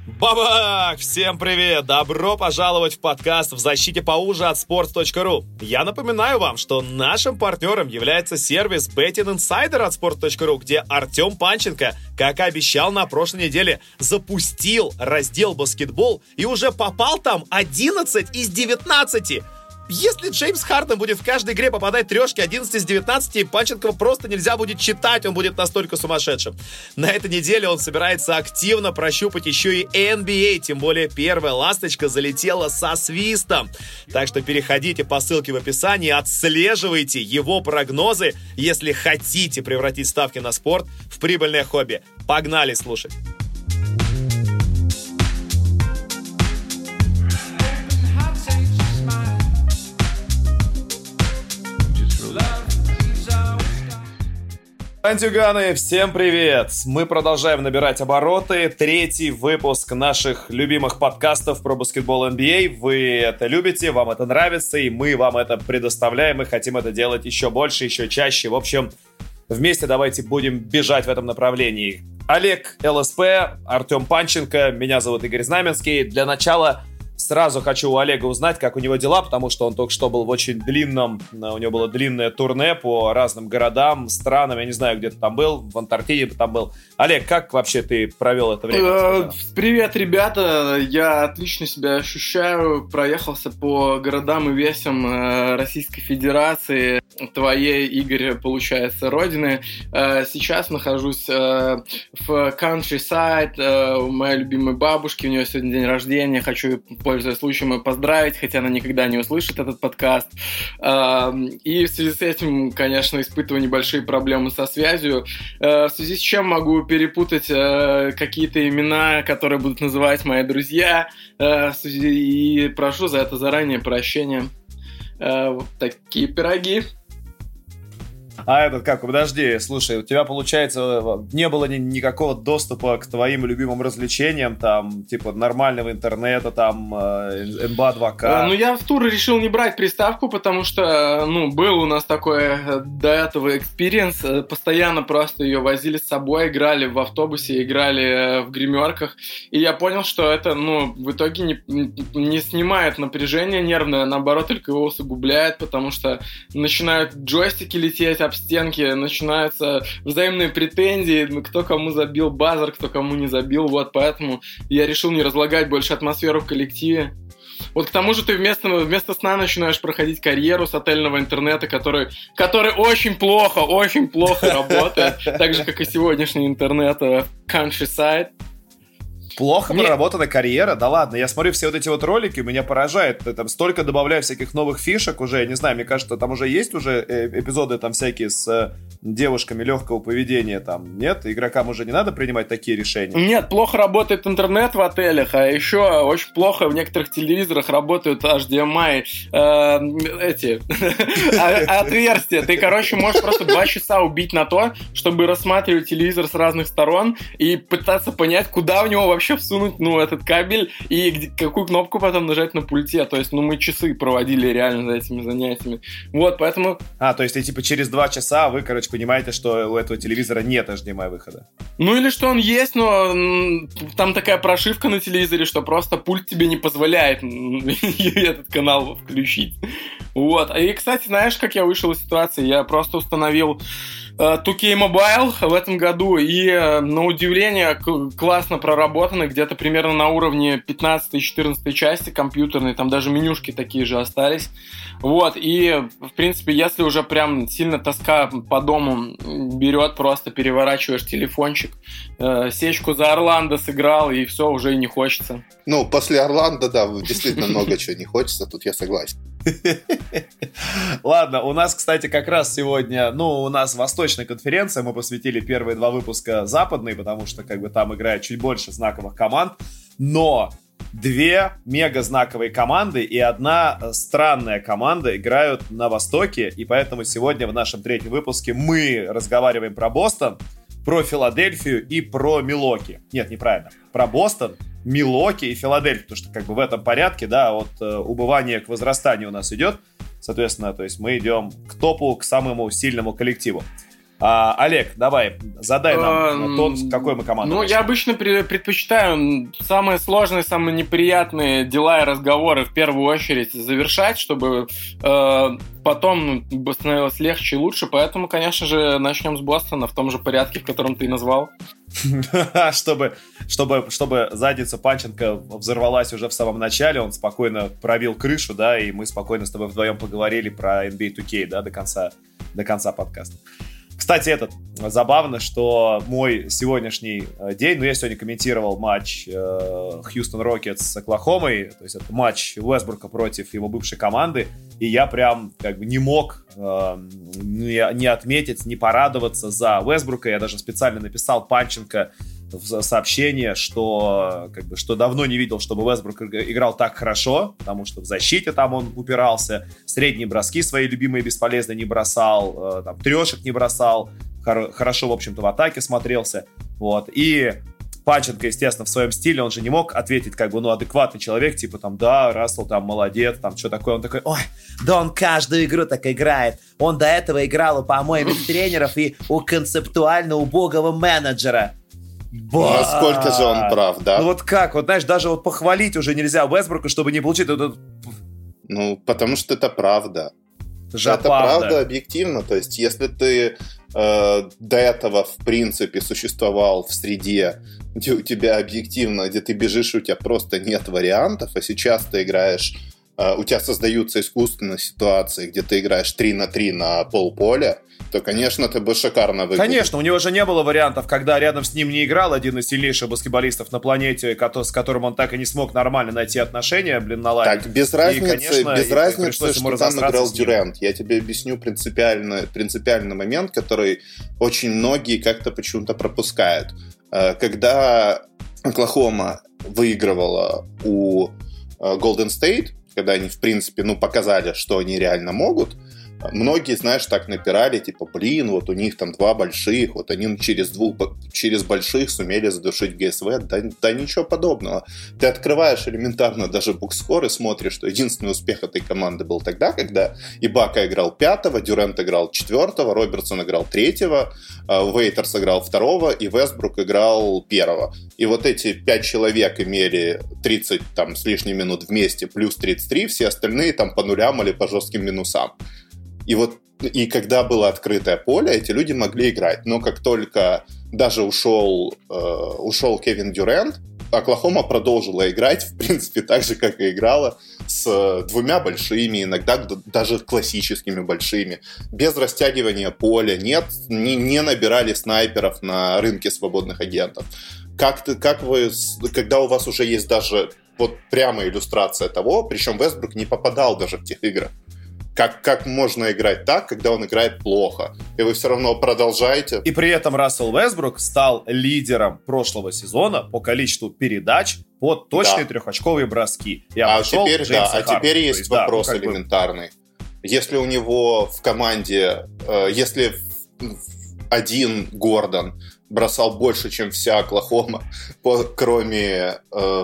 Бабах! Всем привет! Добро пожаловать в подкаст «В защите поуже» от sports.ru. Я напоминаю вам, что нашим партнером является сервис Betting Insider от sports.ru, где Артем Панченко, как и обещал на прошлой неделе, запустил раздел баскетбол и уже попал там 11 из 19. Если Джеймс Харден будет в каждой игре попадать трешки 11 из 19, Панченкова просто нельзя будет читать, он будет настолько сумасшедшим. На этой неделе он собирается активно прощупать еще и NBA, тем более первая ласточка залетела со свистом. Так что переходите по ссылке в описании, отслеживайте его прогнозы, если хотите превратить ставки на спорт в прибыльное хобби. Погнали слушать! Бандюганы, всем привет! Мы продолжаем набирать обороты. Третий выпуск наших любимых подкастов про баскетбол NBA. Вы это любите, вам это нравится, и мы вам это предоставляем. Мы хотим это делать еще больше, еще чаще. В общем, вместе давайте будем бежать в этом направлении. Олег ЛСП, Артем Панченко, меня зовут Игорь Знаменский. Для начала сразу хочу у Олега узнать, как у него дела, потому что он только что был в очень длинном, у него было длинное турне по разным городам, странам, я не знаю, где ты там был, в Антарктиде там был. Олег, как вообще ты провел это время? Привет, ребята, я отлично себя ощущаю, проехался по городам и весям Российской Федерации, твоей, Игорь, получается, родины. Сейчас нахожусь в Countryside, у моей любимой бабушки, у нее сегодня день рождения, хочу, пользуясь случаем, ее поздравить, хотя она никогда не услышит этот подкаст. И в связи с этим, конечно, испытываю небольшие проблемы со связью, в связи с чем могу перепутать какие-то имена, которые будут называть мои друзья, и прошу за это заранее прощения. Вот такие пироги. Подожди, слушай, у тебя, получается, не было никакого доступа к твоим любимым развлечениям, там, типа, нормального интернета, там, НБА 2К? Я в тур решил не брать приставку, потому что, был у нас такой до этого экспириенс, постоянно просто ее возили с собой, играли в автобусе, играли в гримерках, и я понял, что это, в итоге не снимает напряжение нервное, наоборот, только его усугубляет, потому что начинают джойстики лететь об стенки, начинаются взаимные претензии, кто кому забил базар, кто кому не забил, вот, поэтому я решил не разлагать больше атмосферу в коллективе. Вот к тому же ты вместо сна начинаешь проходить карьеру с отельного интернета, который очень плохо работает, так же, как и сегодняшний интернет в Countryside. Плохо проработана карьера? Да ладно, я смотрю все вот эти вот ролики, меня поражает. Ты там столько добавляешь всяких новых фишек уже, я не знаю, мне кажется, там уже есть уже эпизоды там всякие с девушками легкого поведения там, нет? Игрокам уже не надо принимать такие решения? Нет, плохо работает интернет в отелях, а еще очень плохо в некоторых телевизорах работают HDMI отверстия. Ты, можешь просто 2 часа убить на то, чтобы рассматривать телевизор с разных сторон и пытаться понять, куда в него вообще всунуть, этот кабель и какую кнопку потом нажать на пульте. То есть, мы часы проводили реально за этими занятиями. Вот, поэтому... то есть, ты типа через 2 часа вы, понимаете, что у этого телевизора нет HDMI выхода? Или что он есть, но там такая прошивка на телевизоре, что просто пульт тебе не позволяет этот канал включить. Вот. И, кстати, знаешь, как я вышел из ситуации? Я просто установил 2K Mobile в этом году, и, на удивление, классно проработаны, где-то примерно на уровне 15-14 части компьютерной, там даже менюшки такие же остались. Вот, и, в принципе, если уже прям сильно тоска по дому берет, просто переворачиваешь телефончик, сечку за Орландо сыграл, и все, уже и не хочется. После Орландо, да, действительно много чего не хочется, тут я согласен. Ладно, у нас, кстати, как раз сегодня, у нас восточная конференция, мы посвятили первые 2 выпуска западной, потому что там играет чуть больше знаковых команд, но 2 мега знаковые команды и 1 странная команда играют на Востоке, и поэтому сегодня в нашем 3-м выпуске мы разговариваем про Бостон, про Филадельфию и про Милуоки. Нет, неправильно. Про Бостон, Милуоки и Филадельфию, потому что в этом порядке, да, от убывания к возрастанию у нас идет. Соответственно, то есть мы идем к топу, к самому сильному коллективу. Олег, давай, задай нам тон, какой мы командой. Ну, я обычно предпочитаю самые сложные, самые неприятные дела и разговоры в первую очередь завершать, чтобы потом становилось легче и лучше. Поэтому, конечно же, начнем с Бостона в том же порядке, в котором ты назвал. Чтобы задница Панченко взорвалась уже в самом начале, он спокойно пробил крышу, да, и мы спокойно с тобой вдвоем поговорили про NBA 2K, да, до конца подкаста. Кстати, забавно, что мой сегодняшний день, я сегодня комментировал матч Хьюстон Рокетс с Оклахомой, то есть это матч Уэсбрука против его бывшей команды, и я прям не мог не отметить, не порадоваться за Уэсбрука. Я даже специально написал Панченко в сообщение, что давно не видел, чтобы Уэсбрук играл так хорошо, потому что в защите там он упирался, средние броски свои любимые бесполезные не бросал, там трешек не бросал, хорошо, в общем-то, в атаке смотрелся, вот, и Панченко, естественно, в своем стиле, он же не мог ответить, адекватный человек, типа, да, Рассел, молодец, что такое, он такой, ой, да он каждую игру так играет, он до этого играл у помойных тренеров и у концептуально убогого менеджера. Насколько же он прав, да? Знаешь, даже похвалить уже нельзя Уэсбрука, чтобы не получить этот... потому что это правда. Это правда объективно, то есть если ты до этого, в принципе, существовал в среде, где у тебя объективно, где ты бежишь, у тебя просто нет вариантов, а сейчас ты играешь, у тебя создаются искусственные ситуации, где ты играешь 3 на 3 на полполя, то, конечно, ты бы шикарно выглядел. Конечно, у него же не было вариантов, когда рядом с ним не играл один из сильнейших баскетболистов на планете, с которым он так и не смог нормально найти отношения, наладить. Так, без разницы, что там играл Дюрант. Я тебе объясню принципиальный момент, который очень многие как-то почему-то пропускают. Когда Оклахома выигрывала у Golden State, когда они, в принципе, показали, что они реально могут, многие, знаешь, так напирали, типа, у них там 2 больших, вот они через больших сумели задушить ГСВ. Да ничего подобного. Ты открываешь элементарно даже букскор и смотришь, что единственный успех этой команды был тогда, когда Ибака играл 5-го, Дюрант играл 4-го, Робертсон играл 3-го, Вейтерс играл 2-го и Вестбрук играл 1-го. И вот эти 5 человек имели 30 там с лишним минут вместе, плюс 33, все остальные там по нулям или по жестким минусам. И когда было открытое поле, эти люди могли играть. Но как только даже ушел Кевин Дюрант, Оклахома продолжила играть, в принципе, так же, как и играла, с 2 большими, иногда даже классическими большими, без растягивания поля, не набирали снайперов на рынке свободных агентов. Когда у вас уже есть даже прямая иллюстрация того, причем Вестбрук не попадал даже в тех играх, как можно играть так, когда он играет плохо? И вы все равно продолжаете. И при этом Рассел Уэсбрук стал лидером прошлого сезона по количеству передач под точные трехочковые броски. Теперь есть вопрос элементарный. Если у него в команде, если один Гордон бросал больше, чем вся Оклахома, кроме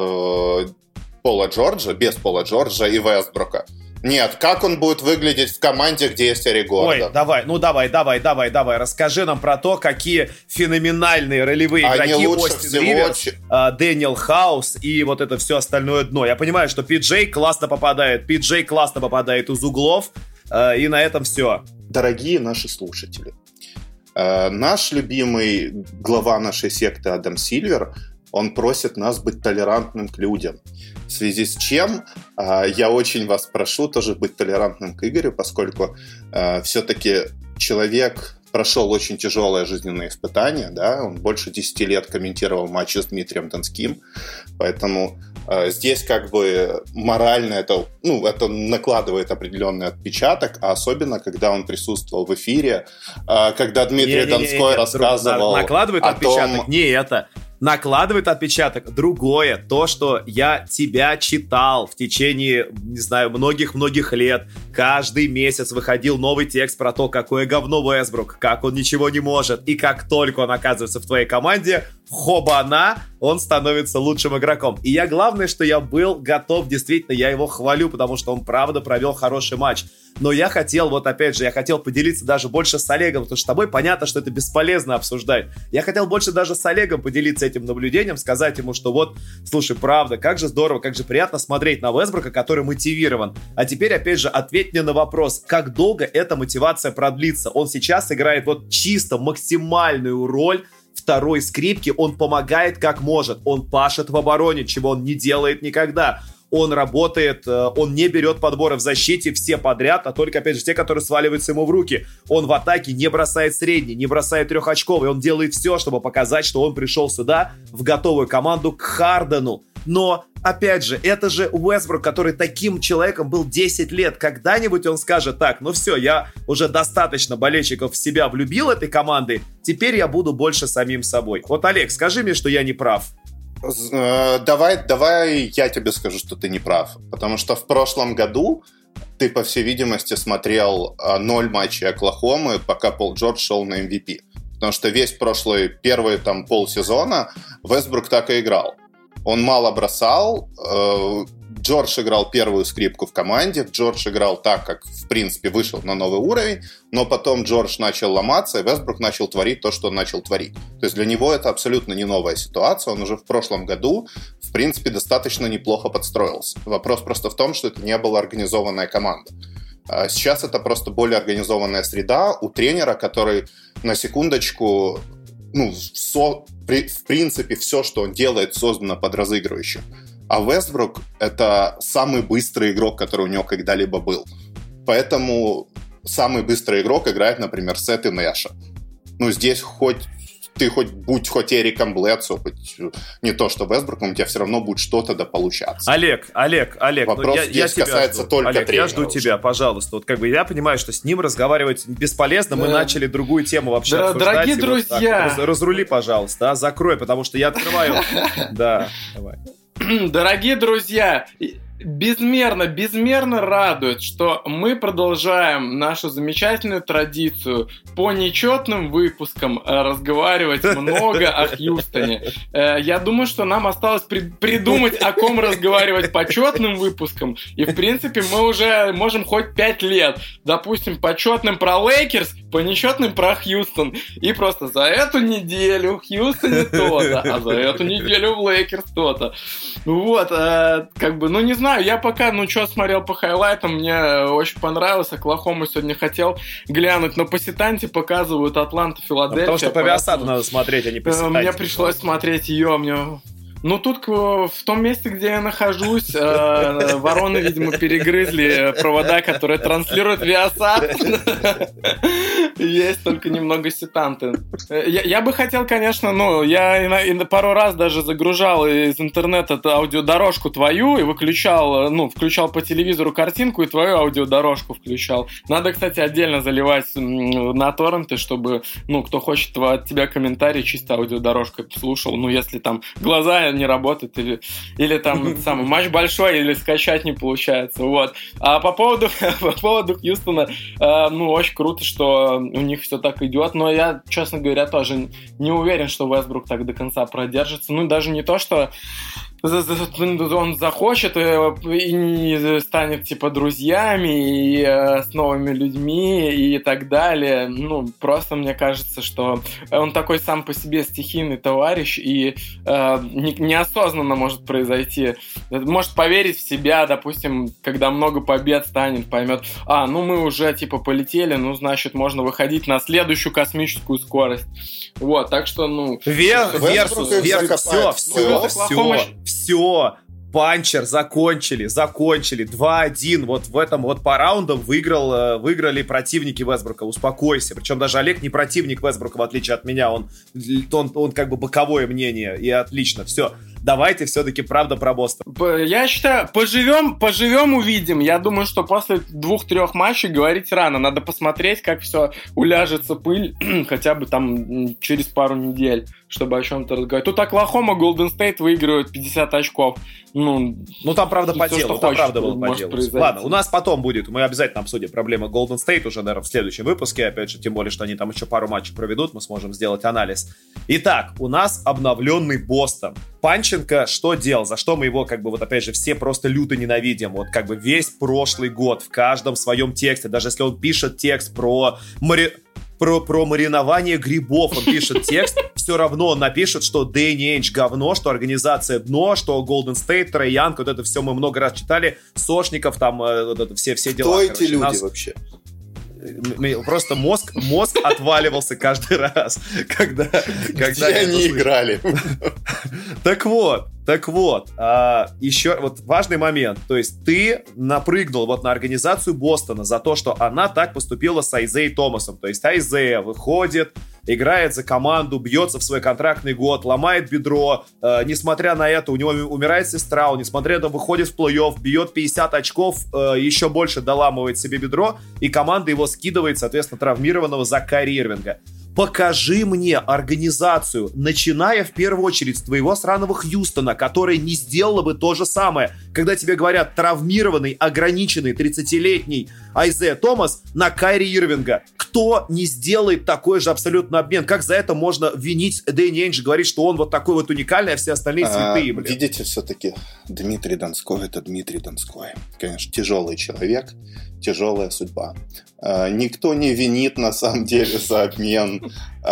Пола Джорджа, без Пола Джорджа и Вестбрука, нет, как он будет выглядеть в команде, где есть Эрик Гордон? Давай, расскажи нам про то, какие феноменальные ролевые игроки Остин Риверс, Дэниел Хаус и вот это все остальное дно. Я понимаю, что Пи-Джей классно попадает из углов, и на этом все. Дорогие наши слушатели, наш любимый глава нашей секты Адам Сильвер, он просит нас быть толерантным к людям. В связи с чем я очень вас прошу тоже быть толерантным к Игорю, поскольку все-таки человек прошел очень тяжелое жизненное испытание, да, он больше 10 лет комментировал матчи с Дмитрием Донским, поэтому здесь морально это накладывает определенный отпечаток, а особенно, когда он присутствовал в эфире, когда Дмитрий Донской рассказывал накладывает отпечаток, не это. Накладывает отпечаток другое. То, что я тебя читал в течение, не знаю, многих-многих лет. Каждый месяц выходил новый текст про то, какое говно Уэсбрук, как он ничего не может. И как только он оказывается в твоей команде, хобана, он становится лучшим игроком. И главное, что я был готов, действительно, я его хвалю, потому что он правда провел хороший матч. Но я хотел, вот опять же, я хотел поделиться даже больше с Олегом, потому что с тобой понятно, что это бесполезно обсуждать. Я хотел больше даже с Олегом поделиться этим наблюдением, сказать ему, что вот, слушай, правда, как же здорово, как же приятно смотреть на Вестбрука, который мотивирован. А теперь, опять же, ответь мне на вопрос, как долго эта мотивация продлится? Он сейчас играет вот чисто максимальную роль второй скрипки, он помогает как может, он пашет в обороне, чего он не делает никогда. Он работает, он не берет подборы в защите все подряд, а только, опять же, те, которые сваливаются ему в руки. Он в атаке не бросает средний, не бросает трехочковый, он делает все, чтобы показать, что он пришел сюда в готовую команду к Хардену. Но, опять же, это же Уэстбрук, который таким человеком был 10 лет. Когда-нибудь он скажет: так, ну все, я уже достаточно болельщиков в себя влюбил этой команды, теперь я буду больше самим собой. Вот, Олег, скажи мне, что я не прав. Давай я тебе скажу, что ты не прав. Потому что в прошлом году ты, по всей видимости, смотрел 0 матчей Оклахомы, пока Пол Джордж шел на MVP. Потому что весь первый там полсезона Вестбрук так и играл. Он мало бросал, Джордж играл первую скрипку в команде, Джордж играл так, как, в принципе, вышел на новый уровень, но потом Джордж начал ломаться, и Вестбрук начал творить то, что он начал творить. То есть для него это абсолютно не новая ситуация, он уже в прошлом году, в принципе, достаточно неплохо подстроился. Вопрос просто в том, что это не была организованная команда. Сейчас это просто более организованная среда у тренера, который, на секундочку, в принципе, все, что он делает, создано под разыгрывающим. А Вестбрук — это самый быстрый игрок, который у него когда-либо был. Поэтому самый быстрый игрок играет, например, Сет и Нэша. Здесь будь хоть Эриком Блэдсо, хоть не то, что Вестбруком, у тебя все равно будет что-то получаться. Олег, вопрос здесь касается только Олег, тренера. Я жду тебя, пожалуйста. Вот я понимаю, что с ним разговаривать бесполезно, мы начали другую тему вообще обсуждать. Дорогие друзья! Разрули, пожалуйста, закрой, потому что я открываю. Да, давай. Дорогие друзья, безмерно радует, что мы продолжаем нашу замечательную традицию по нечетным выпускам разговаривать много о Хьюстоне. Я думаю, что нам осталось придумать, о ком разговаривать по четным выпускам. И, в принципе, мы уже можем хоть 5 лет. Допустим, по четным про Лейкерс, по нечетным про Хьюстон. И просто за эту неделю в Хьюстоне то-то, а за эту неделю в Лейкерс то-то. Вот, не знаю, я пока, смотрел по хайлайтам, мне очень понравилось. Оклахому сегодня хотел глянуть, но по Сетанте показывают Атланта, Филадельфия. Потому что по Виасату надо смотреть, а не по Сетанте. Мне пришлось смотреть ее, тут в том месте, где я нахожусь, вороны, видимо, перегрызли провода, которые транслируют Виасат. Есть только немного Сетанты. Я бы хотел, конечно, я пару раз даже загружал из интернета аудиодорожку твою и включал по телевизору картинку и твою аудиодорожку включал. Надо, кстати, отдельно заливать на торренты, чтобы, кто хочет от тебя комментарий, чисто аудиодорожкой слушал. Если там глаза не работает, или там матч большой, или скачать не получается. Вот. А по поводу Хьюстона, очень круто, что у них все так идет, но я, честно говоря, тоже не уверен, что Вестбрук так до конца продержится. Даже не то, что он захочет и не станет друзьями и с новыми людьми и так далее. Просто мне кажется, что он такой сам по себе стихийный товарищ, и неосознанно может произойти. Может поверить в себя, допустим, когда много побед станет, поймет: мы уже полетели, значит, можно выходить на следующую космическую скорость. Вот, так что, все, панчер закончили, 2-1, вот в этом по раундам выиграли противники Вестбрука, успокойся, причем даже Олег не противник Вестбрука, в отличие от меня, он боковое мнение, и отлично, все. Давайте все-таки правда про Бостон. Я считаю, поживем, увидим. Я думаю, что после 2-3 матчей говорить рано. Надо посмотреть, как все уляжется пыль, хотя бы там через пару недель, чтобы о чем-то разговаривать. Тут Оклахома, Голден Стейт выигрывают 50 очков. Ну там, правда, по делу. Там, правда, было по делу. Ладно, у нас потом будет. Мы обязательно обсудим проблемы Голден Стейт уже, наверное, в следующем выпуске. Опять же, тем более, что они там еще пару матчей проведут. Мы сможем сделать анализ. Итак, у нас обновленный Бостон. Панченко что делал? За что мы его, как бы, вот опять же, все просто люто ненавидим. Вот как бы весь прошлый год в каждом своем тексте, даже если он пишет текст про маринование грибов, он пишет текст, все равно он напишет, что Дэнни Эйндж говно, что организация дно, что Голден Стейт, Трей Янг, вот это все мы много раз читали, Сошников, там, вот это все дела. Кто эти люди вообще? Просто мозг отваливался каждый раз, когда они играли. Так вот, еще вот важный момент. То есть ты напрыгнул вот на организацию Бостона за то, что она так поступила с Айзеей Томасом. То есть Айзея выходит, играет за команду, бьется в свой контрактный год, ломает бедро. Несмотря на это, у него умирает сестра, он, несмотря на это, выходит в плей-офф, бьет 50 очков, еще больше доламывает себе бедро, и команда его скидывает, соответственно, травмированного за Кайри Ирвинга. Покажи мне организацию, начиная в первую очередь с твоего сраного Хьюстона, которая не сделала бы то же самое, когда тебе говорят травмированный, ограниченный 30-летний Айзея Томас на Кайри Ирвинга. Кто не сделает такой же абсолютно обмен? Как за это можно винить Дэнни Эйндж, говорить, что он вот такой вот уникальный, а все остальные святые, блин? Видите, все-таки Дмитрий Донской — это Дмитрий Донской. Конечно, тяжелый человек, тяжелая судьба. Никто не винит, на самом деле, за обмен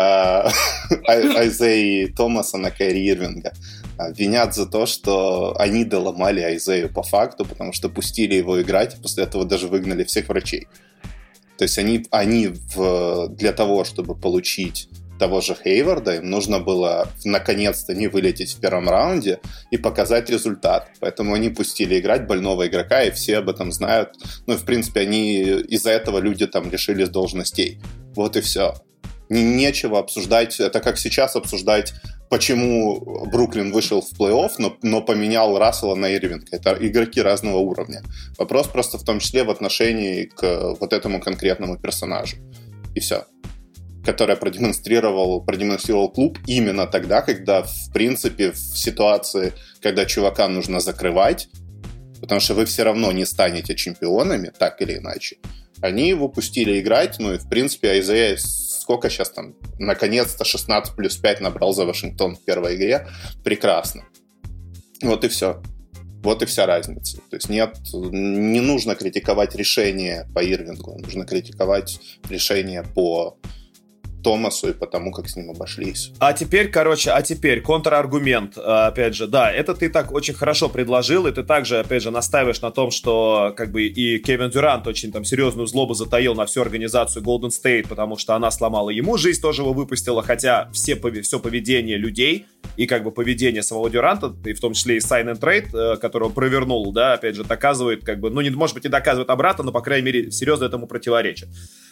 Айзеи Томаса на Кайри Ирвинга. Винят за то, что они доломали Айзею по факту, потому что пустили его играть, и после этого даже выгнали всех врачей. То есть они для того, чтобы получить того же Хейварда, им нужно было наконец-то не вылететь в первом раунде и показать результат. Поэтому они пустили играть больного игрока, и все об этом знают. Ну, в принципе, из-за этого люди там лишились должностей. Вот и все. Нечего обсуждать. Это как сейчас обсуждать, почему Бруклин вышел в плей-офф, но поменял Рассела на Ирвинга. Это игроки разного уровня. Вопрос просто в том числе в отношении к вот этому конкретному персонажу. И все. Который продемонстрировал клуб именно тогда, когда, в принципе, в ситуации, когда чувака нужно закрывать, потому что вы все равно не станете чемпионами, так или иначе, они его пустили играть, ну и, в принципе, Айзея сколько сейчас там, наконец-то 16 плюс 5 набрал за Вашингтон в первой игре, прекрасно. Вот и все. Вот и вся разница. То есть не нужно критиковать решение по Ирвингу, нужно критиковать решение по Томасу и потому, как с ним обошлись. А теперь контраргумент, опять же, да, это ты так очень хорошо предложил, и ты также, опять же, настаиваешь на том, что, как бы, и Кевин Дюрант очень там серьезную злобу затаил на всю организацию Golden State, потому что она сломала ему жизнь, тоже его выпустила, хотя все поведение людей и, как бы, поведение самого Дюранта, и в том числе и sign and trade, который он провернул, да, опять же, доказывает, как бы, ну, может быть, не доказывает обратно, но, по крайней мере, серьезно этому противоречит.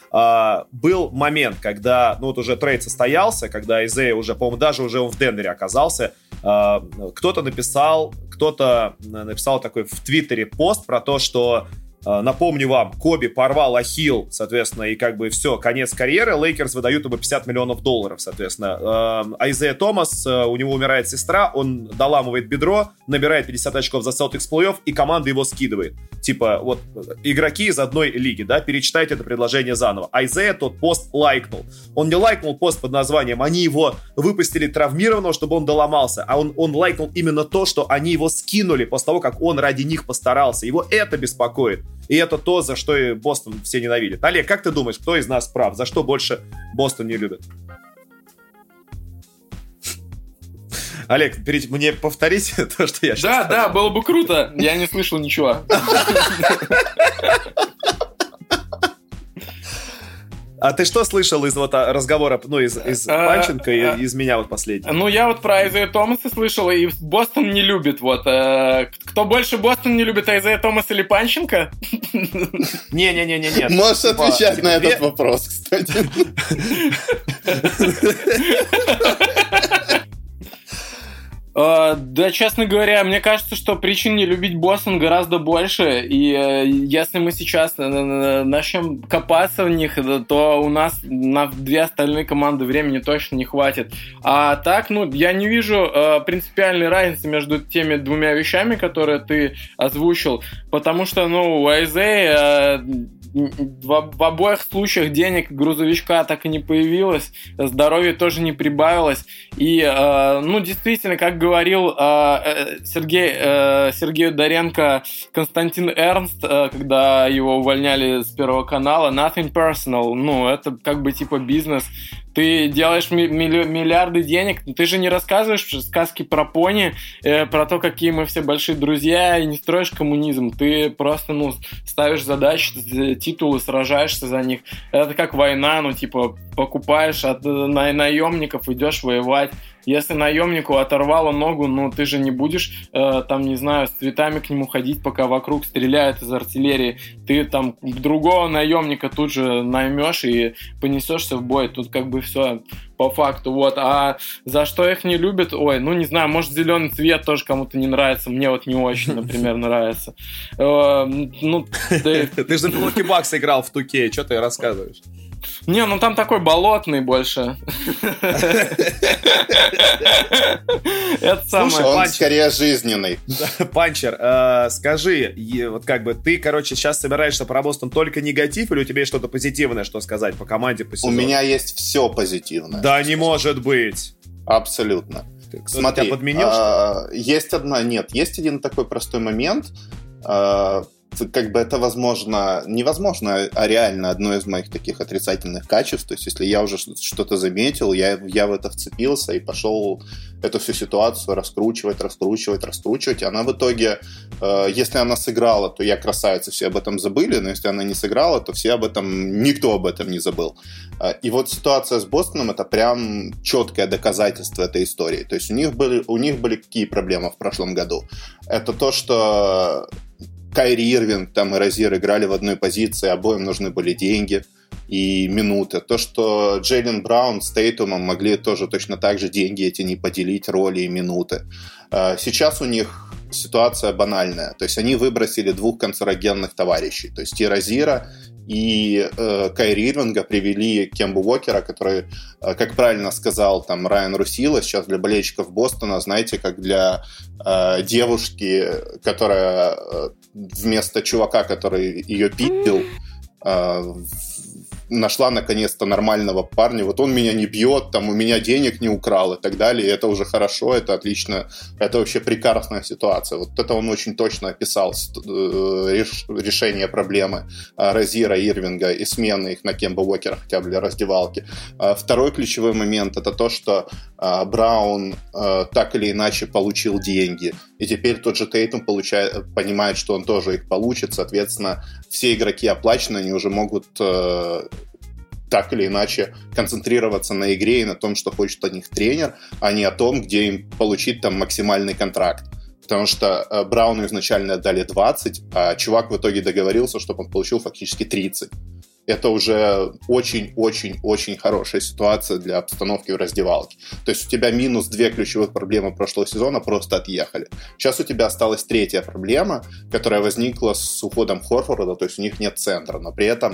Был момент, когда, ну, вот уже трейд состоялся, когда Айзея уже, по-моему, даже уже он в Денвере оказался. Кто-то написал такой в Твиттере пост про то, что, напомню вам, Коби порвал ахилл, соответственно, и как бы все, конец карьеры, Лейкерс выдают ему $50 миллионов, соответственно. Айзея Томас, у него умирает сестра, он доламывает бедро, набирает 50 очков за Celtics плей-офф, и команда его скидывает. Типа, вот, игроки из одной лиги, да, перечитайте это предложение заново. Айзея тот пост лайкнул. Он не лайкнул пост под названием «Они его выпустили травмированного, чтобы он доломался», а он лайкнул именно то, что они его скинули после того, как он ради них постарался. Его это беспокоит. И это то, за что и Бостон все ненавидят. Олег, как ты думаешь, кто из нас прав? За что больше Бостон не любит? Олег, мне повторить то, что я сейчас сказал? Да, было бы круто. Я не слышал ничего. А ты что слышал из вот разговора, ну, из Панченко и из меня вот последнего? Ну, я вот про Айзея Томаса слышал, и Бостон не любит, вот. Кто больше Бостон не любит, Айзея Томас или Панченко? Не. Можешь отвечать на этот вопрос, кстати. Да, честно говоря, мне кажется, что причин не любить Бостон гораздо больше, и если мы сейчас начнем копаться в них, то у нас на две остальные команды времени точно не хватит. А так, я не вижу принципиальной разницы между теми двумя вещами, которые ты озвучил, потому что, у Айзея в обоих случаях денег грузовичка так и не появилось, здоровье тоже не прибавилось. И, действительно, как говорил Сергею Доренко Константин Эрнст, когда его увольняли с Первого канала, nothing personal, это как бы типа бизнес. Ты делаешь миллиарды денег, ты же не рассказываешь сказки про пони, про то, какие мы все большие друзья, и не строишь коммунизм. Ты просто, ставишь задачи, титулы, сражаешься за них. Это как война, покупаешь от наемников, идешь воевать. Если наемнику оторвало ногу, ты же не будешь, с цветами к нему ходить, пока вокруг стреляют из артиллерии. Ты там другого наемника тут же наймешь и понесешься в бой. Тут как бы все по факту. Вот. А за что их не любят? Не знаю, может, зеленый цвет тоже кому-то не нравится. Мне не очень, например, нравится. Ты же за Milwaukee Bucks играл в 2K, что ты рассказываешь? Не, там такой болотный больше. Это самое. Он скорее жизненный. Панчер, скажи, ты, сейчас собираешься про Бостон только негатив, или у тебя есть что-то позитивное, что сказать по команде, по сезону? У меня есть все позитивное. Да не может быть. Абсолютно. Смотри, тебя подменил, есть один такой простой момент. Это невозможно, а реально одно из моих таких отрицательных качеств. То есть, если я уже что-то заметил, я в это вцепился и пошел эту всю ситуацию раскручивать. И она в итоге, если она сыграла, то я красавец, и все об этом забыли, но если она не сыграла, то никто об этом не забыл. И вот ситуация с Бостоном — это прям четкое доказательство этой истории. То есть, у них были какие проблемы в прошлом году? Это то, что Кайри Ирвинг и Розир играли в одной позиции, обоим нужны были деньги и минуты. То, что Джейлен Браун с Тейтумом могли тоже точно так же деньги эти не поделить, роли и минуты. Сейчас у них ситуация банальная. То есть они выбросили двух канцерогенных товарищей. То есть и Розира, и Кайри Ирвинга привели Кембу Уокера, который, как правильно сказал Райан Русило, сейчас для болельщиков Бостона, знаете, как для девушки, которая вместо чувака, который ее пиздил, нашла наконец-то нормального парня. Вот он меня не бьет, у меня денег не украл и так далее. И это уже хорошо, это отлично. Это вообще прекрасная ситуация. Вот это он очень точно описал решение проблемы Розира, Ирвинга и смены их на Кемба Уокера хотя бы для раздевалки. Второй ключевой момент — это то, что Браун так или иначе получил деньги. И теперь тот же Тейтум понимает, что он тоже их получит. Соответственно, все игроки оплачены, они уже могут так или иначе концентрироваться на игре и на том, что хочет от них тренер, а не о том, где им получить максимальный контракт. Потому что Брауну изначально дали 20, а чувак в итоге договорился, чтобы он получил фактически 30. Это уже очень-очень-очень хорошая ситуация для обстановки в раздевалке. То есть у тебя минус 2 ключевых проблемы прошлого сезона просто отъехали. Сейчас у тебя осталась третья проблема, которая возникла с уходом Хорфорда, то есть у них нет центра, но при этом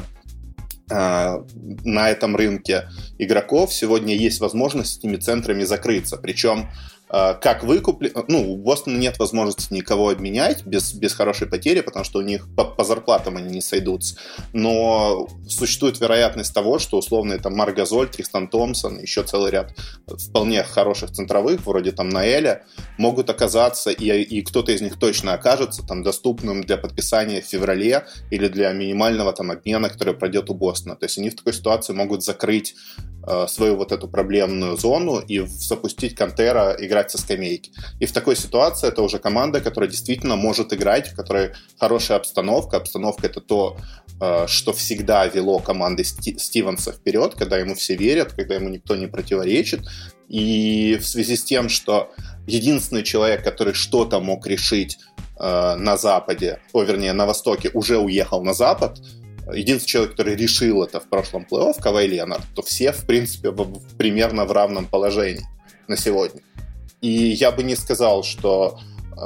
на этом рынке игроков сегодня есть возможность с этими центрами закрыться. Причем как выкупли... у Бостона нет возможности никого обменять без хорошей потери, потому что у них по зарплатам они не сойдутся. Но существует вероятность того, что условные Марк Газоль, Тристан Томпсон, еще целый ряд вполне хороших центровых, вроде Наэля, могут оказаться, и кто-то из них точно окажется доступным для подписания в феврале или для минимального обмена, который пройдет у Бостона. То есть они в такой ситуации могут закрыть свою вот эту проблемную зону и запустить Кантера играть со скамейки. И в такой ситуации это уже команда, которая действительно может играть, в которой хорошая обстановка. Обстановка — это то, что всегда вело команды Стивенса вперед, когда ему все верят, когда ему никто не противоречит. И в связи с тем, что единственный человек, который что-то мог решить на Западе, на Востоке, уже уехал на Запад, единственный человек, который решил это в прошлом плей-офф, Кавай Ленард, то все, в принципе, примерно в равном положении на сегодня. И я бы не сказал, что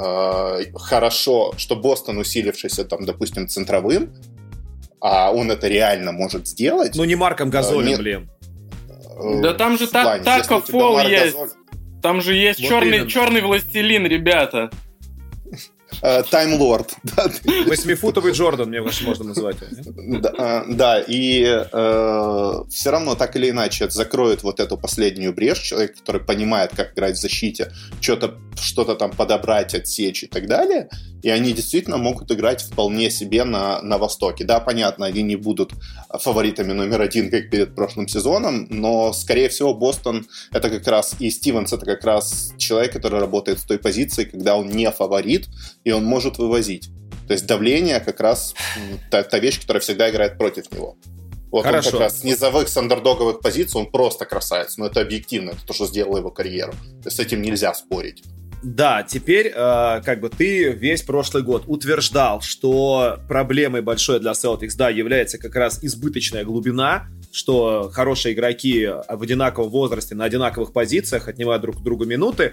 хорошо, что Бостон, усилившийся, там, допустим, центровым, а он это реально может сделать. Ну, не Марком Газолем, блин. Да там же Тако Фолл есть. Там же есть черный властелин, ребята. Таймлорд. 8-футовый Джордан, мне можно называть. Да, и все равно, так или иначе, это закроет вот эту последнюю брешь. Человек, который понимает, как играть в защите, что-то там подобрать, отсечь и так далее. И они действительно могут играть вполне себе на Востоке. Да, понятно, они не будут фаворитами номер один, как перед прошлым сезоном, но, скорее всего, Бостон это как раз, и Стивенс это как раз человек, который работает с той позиции, когда он не фаворит, и он может вывозить. То есть давление как раз та вещь, которая всегда играет против него. Вот хорошо. Он как раз с низовых, с андердоговых позиций, он просто красавец. Но это объективно, это то, что сделало его карьеру. То есть с этим нельзя спорить. Да, теперь как бы ты весь прошлый год утверждал, что проблемой большой для Celtics, да, является как раз избыточная глубина, что хорошие игроки в одинаковом возрасте на одинаковых позициях отнимают друг у друга минуты,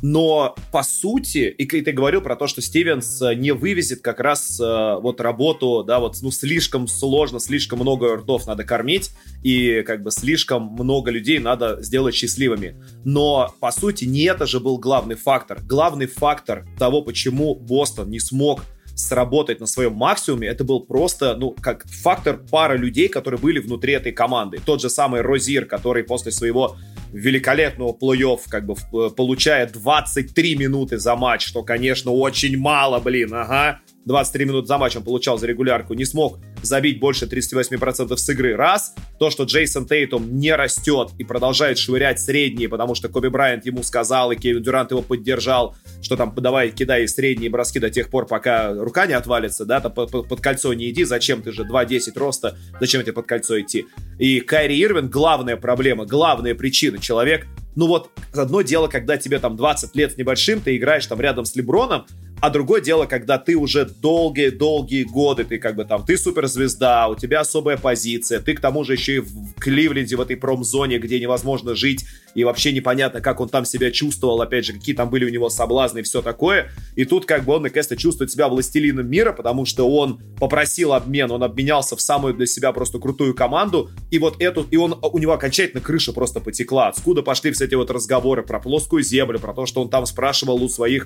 но по сути, и ты говорил про то, что Стивенс не вывезет как раз вот работу, да, вот, ну, слишком сложно, слишком много ртов надо кормить, и как бы слишком много людей надо сделать счастливыми. Но по сути не это же был главный фактор. Главный фактор того, почему Бостон не смог сработать на своем максимуме, это был просто, ну, как фактор пара людей, которые были внутри этой команды. Тот же самый Розир, который после своего великолепного плей-офф как бы получает 23 минуты за матч, что, конечно, очень мало, блин, ага. 23 минуты за матч он получал за регулярку, не смог забить больше 38% с игры. Раз, то, что Джейсон Тейтум не растет и продолжает швырять средние, потому что Коби Брайант ему сказал, и Кевин Дюрант его поддержал, что там давай кидай средние броски до тех пор, пока рука не отвалится, да, под кольцо не иди, зачем, ты же 2.10 роста, зачем тебе под кольцо идти? И Кайри Ирвинг, главная проблема, главная причина, человек, ну вот, одно дело, когда тебе там 20 лет с небольшим, ты играешь там рядом с Леброном, а другое дело, когда ты уже долгие годы, ты как бы там, ты суперзвезда, у тебя особая позиция, ты к тому же еще и в Кливленде, в этой промзоне, где невозможно жить, и вообще непонятно, как он там себя чувствовал, опять же, какие там были у него соблазны и все такое, и тут как бы он наконец-то чувствует себя властелином мира, потому что он попросил обмен, он обменялся в самую для себя просто крутую команду, и вот эту, и у него окончательно крыша просто потекла, откуда пошли все эти вот разговоры про плоскую землю, про то, что он там спрашивал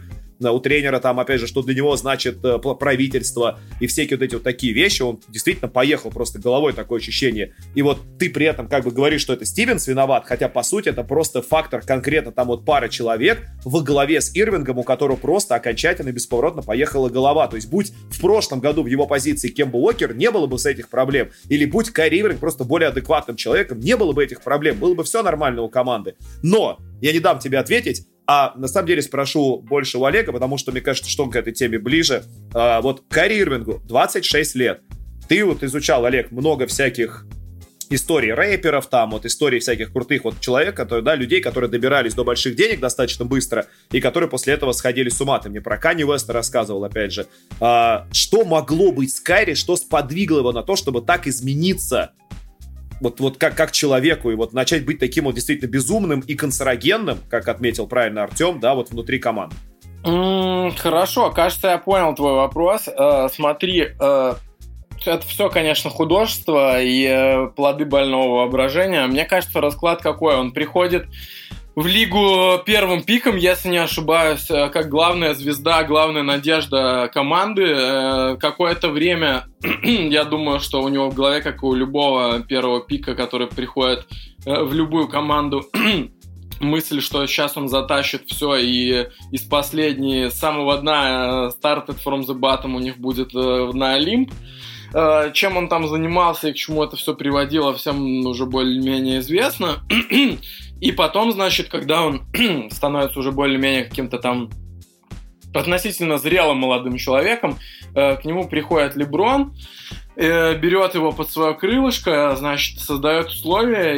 у тренера там, опять же, что для него значит правительство и всякие вот эти вот такие вещи, он действительно поехал просто головой, такое ощущение. И вот ты при этом как бы говоришь, что это Стивенс виноват, хотя по сути это просто фактор конкретно там вот пары человек во главе с Ирвингом, у которого просто окончательно бесповоротно поехала голова. То есть будь в прошлом году в его позиции Кемба Уокер, не было бы с этих проблем. Или будь Кайри Ирвинг просто более адекватным человеком, не было бы этих проблем, было бы все нормально у команды. Но я не дам тебе ответить, а на самом деле спрошу больше у Олега, потому что мне кажется, что он к этой теме ближе. Вот Кайри Ирвингу 26 лет. Ты вот изучал, Олег, много всяких историй рэперов, там вот историй всяких крутых вот человек, которые, да, людей, которые добирались до больших денег достаточно быстро и которые после этого сходили с ума. Ты мне про Канье Уэста рассказывал, опять же. Что могло быть с Кайри, что сподвигло его на то, чтобы так измениться? Вот как человеку, и вот начать быть таким вот действительно безумным и канцерогенным, как отметил правильно Артем, да, вот внутри команды. Хорошо, кажется, я понял твой вопрос. Смотри, это все, конечно, художество и плоды больного воображения. Мне кажется, расклад какой? Он приходит в лигу первым пиком, если не ошибаюсь, как главная звезда, главная надежда команды. Какое-то время, я думаю, что у него в голове, как у любого первого пика, который приходит в любую команду, мысль, что сейчас он затащит все и из последней, с самого дна, started from the bottom у них будет на Олимп. Чем он там занимался и к чему это все приводило, всем уже более-менее известно. И потом, значит, когда он становится уже более-менее каким-то там относительно зрелым молодым человеком, к нему приходит Леброн, берет его под свое крылышко, значит, создает условия,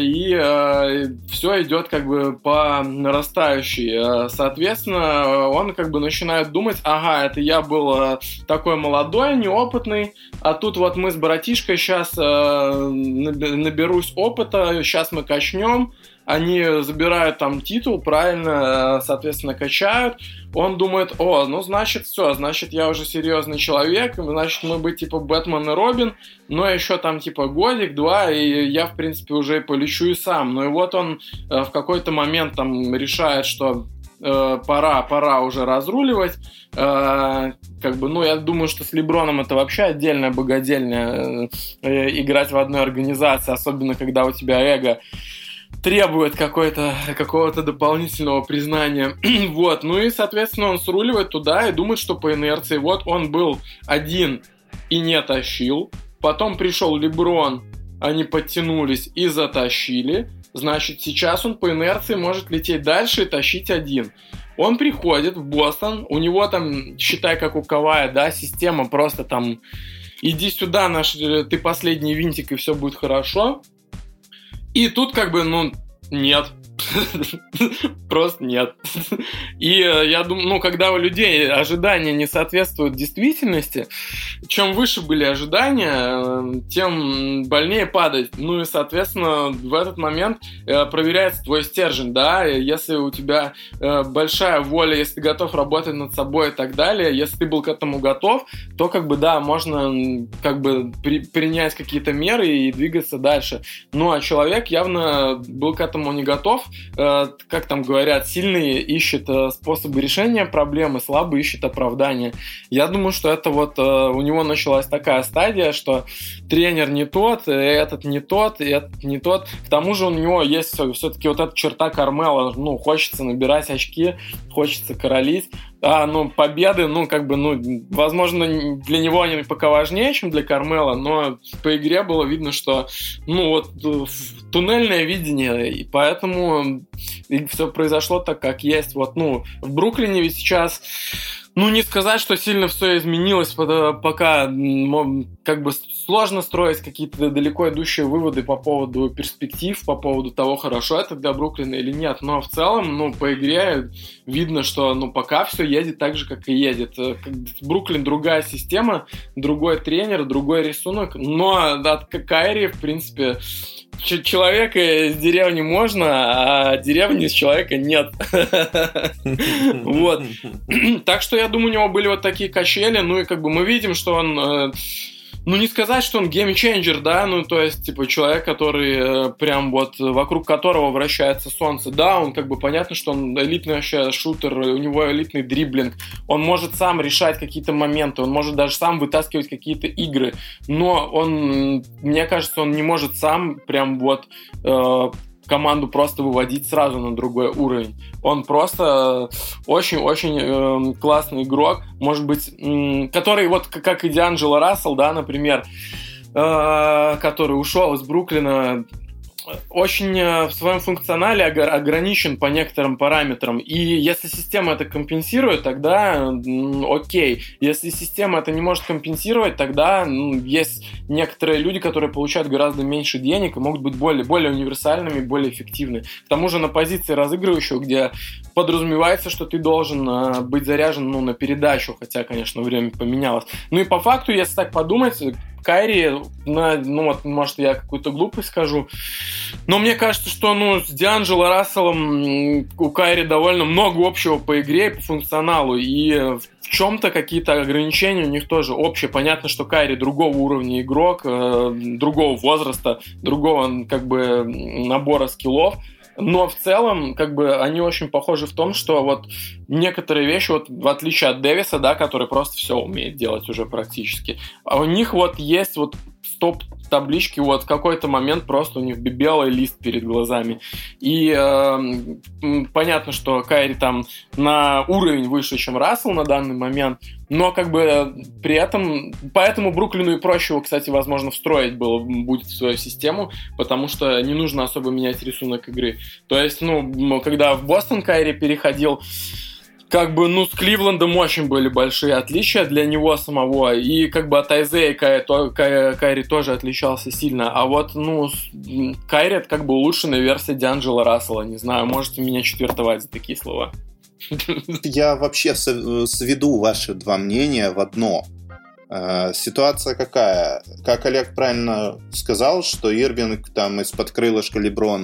и все идет как бы по нарастающей. Соответственно, он как бы начинает думать, ага, это я был такой молодой, неопытный, а тут вот мы с братишкой сейчас наберусь опыта, сейчас мы качнем, они забирают там титул, правильно, соответственно, качают. Он думает, значит, все, значит, я уже серьезный человек, значит, мы быть, типа, Бэтмен и Робин, но еще там, типа, годик-два, и я, в принципе, уже полечу и сам. Ну и вот он в какой-то момент там решает, что пора уже разруливать. Я думаю, что с Леброном это вообще отдельная богадельня, играть в одной организации, особенно когда у тебя эго требует какого-то дополнительного признания. Вот. Ну и, соответственно, он сруливает туда и думает, что по инерции. Вот он был один и не тащил. Потом пришел Леброн, они подтянулись и затащили. Значит, сейчас он по инерции может лететь дальше и тащить один. Он приходит в Бостон, у него там, считай, как у Кавая, да, система просто там иди сюда, ты последний винтик, и все будет хорошо. И тут нет. Просто нет. И я думаю, когда у людей ожидания не соответствуют действительности, чем выше были ожидания, тем больнее падать. Ну и, соответственно, в этот момент проверяется твой стержень, да, если у тебя большая воля, если ты готов работать над собой и так далее, если ты был к этому готов, то можно принять какие-то меры и двигаться дальше. Ну а человек явно был к этому не готов. Как там говорят, сильный ищет способы решения проблемы, слабый ищет оправдания. Я думаю, что это у него началась такая стадия, что тренер не тот, этот не тот, и этот не тот. К тому же у него есть все-таки эта черта Кармела. Хочется набирать очки, хочется королить. Победы, возможно, для него они пока важнее, чем для Кармела, но по игре было видно, что, туннельное видение, и поэтому все произошло так, как есть. В Бруклине ведь сейчас, не сказать, что сильно все изменилось, пока сложно строить какие-то далеко идущие выводы по поводу перспектив, по поводу того, хорошо это для Бруклина или нет. Но в целом, по игре видно, что пока все едет так же, как и едет. Бруклин другая система, другой тренер, другой рисунок, но от Кайри, в принципе, человека из деревни можно, а деревни из человека нет. Вот. Так что я думаю, у него были такие качели, и мы видим, что он... не сказать, что он геймченджер, да, то есть, человек, который прям вокруг которого вращается солнце. Да, он понятно, что он элитный вообще шутер, у него элитный дриблинг, он может сам решать какие-то моменты, он может даже сам вытаскивать какие-то игры, но мне кажется, он не может сам прям команду просто выводить сразу на другой уровень. Он просто очень-очень классный игрок, может быть, который как и Дианджело Рассел, да, например, который ушел из Бруклина, очень в своем функционале ограничен по некоторым параметрам. И если система это компенсирует, тогда окей. Если система это не может компенсировать, тогда есть некоторые люди, которые получают гораздо меньше денег и могут быть более универсальными, более эффективны. К тому же на позиции разыгрывающего, где подразумевается, что ты должен быть заряжен на передачу, хотя, конечно, время поменялось. И по факту, если так подумать, Кайри, может, я какую-то глупость скажу, но мне кажется, что, с Дианджело Расселом у Кайри довольно много общего по игре и по функционалу, и в чем-то какие-то ограничения у них тоже общие. Понятно, что Кайри другого уровня игрок, другого возраста, другого, набора скиллов, но в целом, они очень похожи в том, что некоторые вещи, в отличие от Дэвиса, да, который просто все умеет делать уже практически, а у них есть стоп-таблички, в какой-то момент просто у них белый лист перед глазами. И понятно, что Кайри там на уровень выше, чем Рассел на данный момент, но при этом, поэтому Бруклину и проще его, кстати, возможно, встроить будет в свою систему, потому что не нужно особо менять рисунок игры. То есть, когда в Бостон Кайри переходил, с Кливлендом очень были большие отличия для него самого, и от Айзея Кайри тоже отличался сильно, а Кайри это улучшенная версия Дианджело Рассела, не знаю, можете меня четвертовать за такие слова. Я вообще сведу ваши два мнения в одно. Ситуация какая? Как Олег правильно сказал, что Ирвинг там из-под крылышка Леброна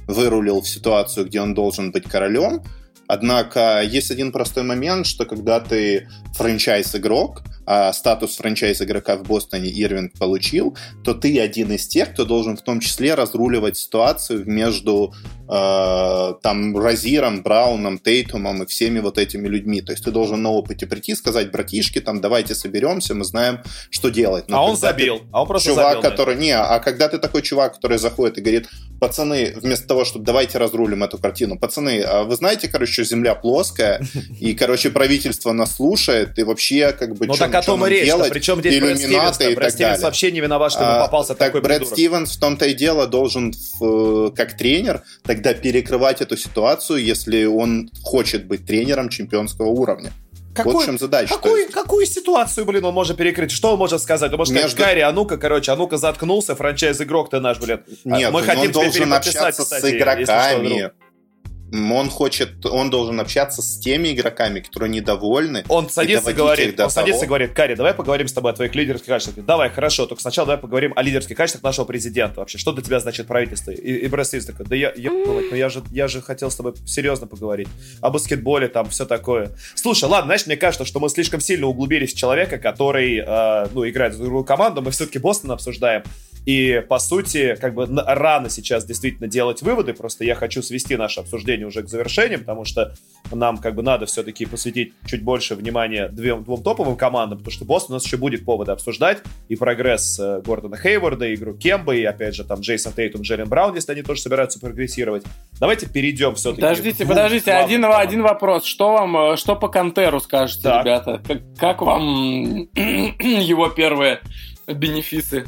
вырулил в ситуацию, где он должен быть королем. Однако есть один простой момент, что когда ты франчайз-игрок, а статус франчайз-игрока в Бостоне Ирвинг получил, то ты один из тех, кто должен в том числе разруливать ситуацию между там Розиром, Брауном, Тейтумом и всеми вот этими людьми. То есть ты должен на опыте прийти и сказать: братишки, там, давайте соберемся, мы знаем, что делать. Но он забил, он просто чувак, забил. Который... А когда ты такой чувак, который заходит и говорит: пацаны, вместо того, чтобы давайте разрулим эту картину, пацаны, вы знаете, короче, земля плоская, и, короче, правительство нас слушает, и вообще, как бы, что нам делать, причем здесь Брэд Стивенс, Брэд Стивенс вообще не виноват, что ему попался такой Брэд придурок. Стивенс в том-то и дело должен, как тренер, тогда перекрывать эту ситуацию, если он хочет быть тренером чемпионского уровня. Вот в чем задача. Какую ситуацию, блин, он может перекрыть? Что он может сказать? Он может сказать: Гарри, а ну-ка заткнулся, франчайз-игрок ты наш, блин. Нет, мы хотим он должен общаться с игроками. Он должен общаться с теми игроками, которые недовольны. Он садится и говорит: Карри, давай поговорим с тобой о твоих лидерских качествах. Давай, хорошо, только сначала давай поговорим о лидерских качествах нашего президента вообще. Что для тебя значит правительство? И Брэд Стивенс такой: да я же хотел с тобой серьезно поговорить. О баскетболе, там, все такое. Слушай, ладно, знаешь, мне кажется, что мы слишком сильно углубились в человека, который, играет в другую команду. Мы все-таки Бостон обсуждаем. И, по сути, как бы рано сейчас действительно делать выводы, просто я хочу свести наше обсуждение уже к завершению, потому что нам как бы надо все-таки посвятить чуть больше внимания двум топовым командам, потому что Бостон у нас еще будет поводы обсуждать и прогресс Гордона Хейворда, и игру Кемба, и, опять же, там, Джейсон Тейтум, Джейлен Браун, если они тоже собираются прогрессировать. Давайте перейдем все-таки. Подождите, один вопрос. Что по Кантеру скажете, так, ребята? Как вам его первые бенефисы?